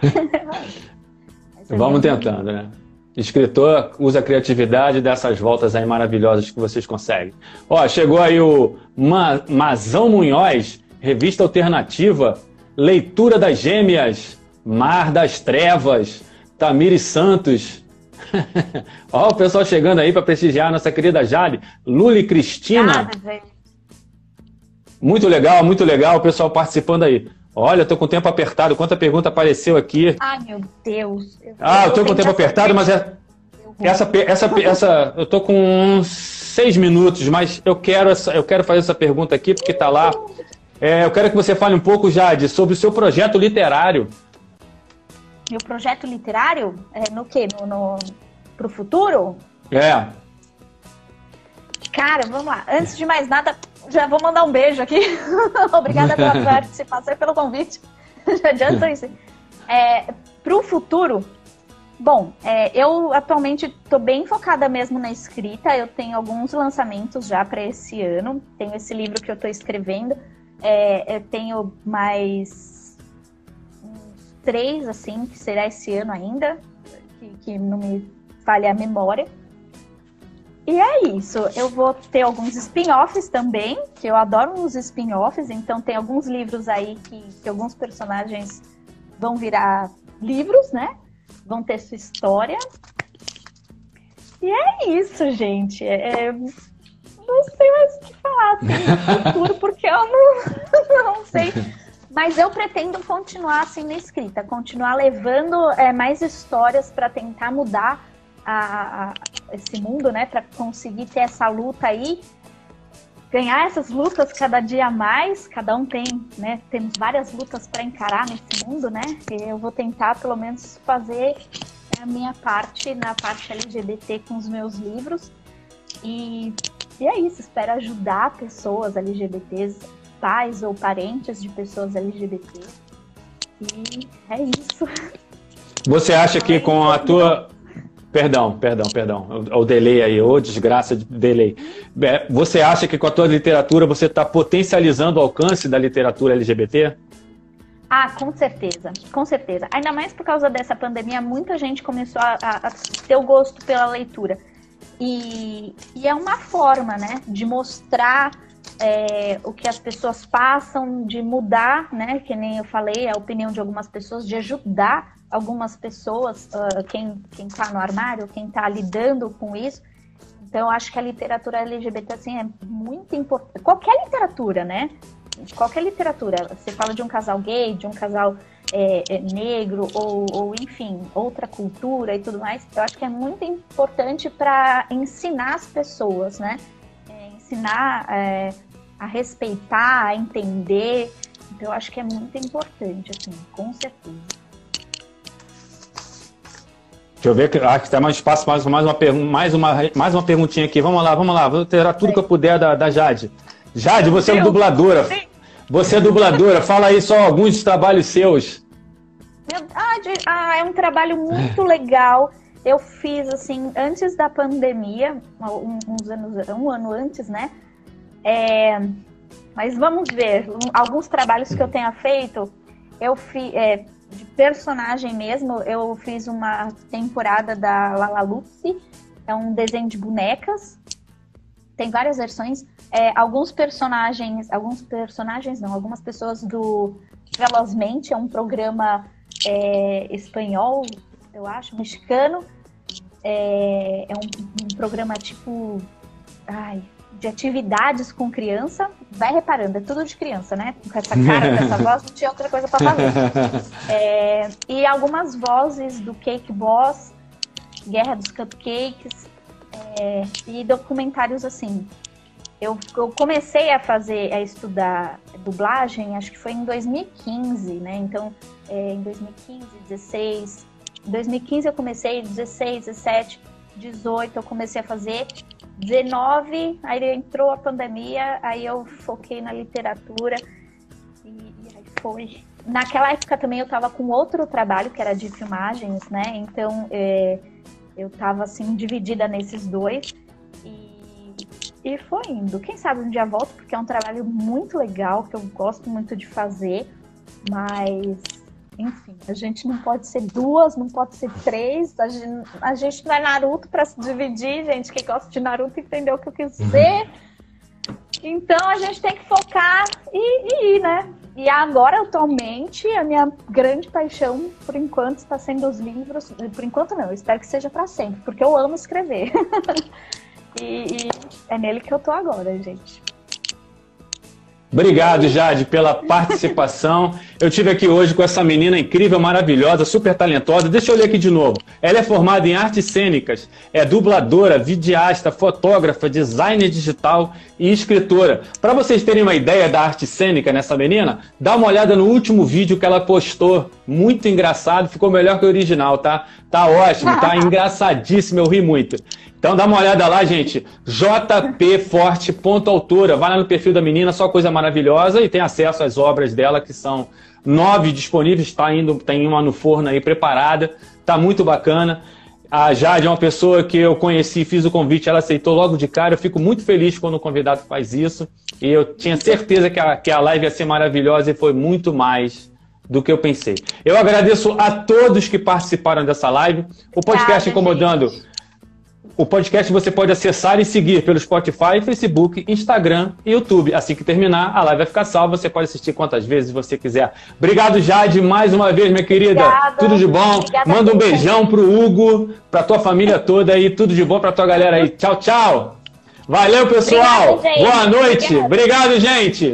Vamos tentando, né? Escritor usa a criatividade dessas voltas aí maravilhosas que vocês conseguem. Chegou aí o Mazão Munhoz, revista alternativa, Leitura das Gêmeas, Mar das Trevas, Tamires Santos. O pessoal chegando aí para prestigiar a nossa querida Jade, Luli Cristina. Muito legal o pessoal participando aí. Olha, eu tô com o tempo apertado, quanta pergunta apareceu aqui. Ai, meu Deus. Eu tô com o tempo apertado, mas essa eu tô com uns 6 minutos, mas eu quero fazer essa pergunta aqui, porque tá lá. Eu quero que você fale um pouco, Jade, sobre o seu projeto literário. Meu projeto literário? No quê? Pro futuro? Cara, vamos lá. Antes de mais nada, já vou mandar um beijo aqui. Obrigada pela participação e pelo convite. Já adianta isso. Pro futuro, bom, eu atualmente estou bem focada mesmo na escrita. Eu tenho alguns lançamentos já para esse ano. Tenho esse livro que eu estou escrevendo. Eu tenho mais 3, assim, que será esse ano ainda, que não me falha a memória. E é isso, eu vou ter alguns spin-offs também, que eu adoro uns spin-offs, então tem alguns livros aí que alguns personagens vão virar livros, né? Vão ter sua história. E é isso, gente. Não sei mais o que falar assim, no futuro, porque eu não sei. Mas eu pretendo continuar assim na escrita, continuar levando mais histórias para tentar mudar esse mundo, né? Para conseguir ter essa luta aí, ganhar essas lutas cada dia mais. Cada um tem, né? Temos várias lutas para encarar nesse mundo, né? E eu vou tentar pelo menos fazer a minha parte na parte LGBT com os meus livros. E é isso, espero ajudar pessoas LGBTs, pais ou parentes de pessoas LGBT. E é isso. Você acha que com a tua... Perdão. O delay aí, desgraça de delay. Você acha que com a tua literatura você está potencializando o alcance da literatura LGBT? Com certeza, com certeza. Ainda mais por causa dessa pandemia, muita gente começou a ter o gosto pela leitura. E é uma forma, né, de mostrar o que as pessoas passam, de mudar, né, que nem eu falei, a opinião de algumas pessoas, de ajudar algumas pessoas, quem está no armário, quem está lidando com isso. Então, eu acho que a literatura LGBT assim, é muito importante. Qualquer literatura, né? Qualquer literatura. Você fala de um casal gay, de um casal negro, ou enfim, outra cultura e tudo mais. Eu acho que é muito importante para ensinar as pessoas, né? Ensinar a respeitar, a entender. Então, eu acho que é muito importante, assim, com certeza. Deixa eu ver, acho que tem mais espaço, mais uma perguntinha aqui. Vamos lá. Vou tirar tudo que eu puder da Jade. Jade, você é dubladora. Você é dubladora. Fala aí só alguns trabalhos seus. É um trabalho muito legal. Eu fiz, assim, antes da pandemia, um ano antes, né? Mas vamos ver. Alguns trabalhos que eu tenha feito, eu fiz... de personagem mesmo, eu fiz uma temporada da Lalaloopsy, é um desenho de bonecas, tem várias versões, algumas pessoas do Velozmente, é um programa espanhol, eu acho, mexicano, é um programa tipo, de atividades com criança. Vai reparando, é tudo de criança, né? Com essa cara, com essa voz, não tinha outra coisa para fazer. E algumas vozes do Cake Boss, Guerra dos Cupcakes, e documentários assim. Eu comecei a estudar dublagem, acho que foi em 2015, né? Então, em 2015, 16... Em 2015 eu comecei, 16, 17, 18 eu comecei a fazer... 19, aí entrou a pandemia, aí eu foquei na literatura e aí foi. Naquela época também eu estava com outro trabalho, que era de filmagens, né? Então eu estava assim, dividida nesses dois e foi indo. Quem sabe um dia volto, porque é um trabalho muito legal, que eu gosto muito de fazer, mas... Enfim, a gente não pode ser duas, não pode ser três. A gente não é Naruto para se dividir, gente. Quem gosta de Naruto entendeu o que eu quis dizer. Então a gente tem que focar e ir, né? E agora, atualmente, a minha grande paixão, por enquanto, está sendo os livros. Por enquanto não, eu espero que seja para sempre, porque eu amo escrever. e é nele que eu tô agora, gente. Obrigado, Jade, pela participação. Eu estive aqui hoje com essa menina incrível, maravilhosa, super talentosa. Deixa eu ler aqui de novo. Ela é formada em artes cênicas, é dubladora, videasta, fotógrafa, designer digital e escritora. Para vocês terem uma ideia da arte cênica nessa menina, dá uma olhada no último vídeo que ela postou. Muito engraçado, ficou melhor que o original, tá? Tá ótimo, tá engraçadíssimo, eu ri muito. Então dá uma olhada lá, gente, jpforte.autora, vai lá no perfil da menina, só coisa maravilhosa, e tem acesso às obras dela, que são 9 disponíveis, tem uma no forno aí preparada, tá muito bacana. A Jade é uma pessoa que eu conheci, fiz o convite, ela aceitou logo de cara, eu fico muito feliz quando o convidado faz isso, e eu tinha certeza que a live ia ser maravilhosa e foi muito mais do que eu pensei. Eu agradeço a todos que participaram dessa live, o podcast Incomodando... Gente. O podcast você pode acessar e seguir pelo Spotify, Facebook, Instagram e YouTube. Assim que terminar, a live vai ficar salva. Você pode assistir quantas vezes você quiser. Obrigado, Jade, mais uma vez, minha querida. Obrigada. Tudo de bom. Manda um beijão pro Hugo, pra tua família toda aí. Tudo de bom pra tua galera aí. Tchau, tchau. Valeu, pessoal. Boa noite. Obrigado, gente.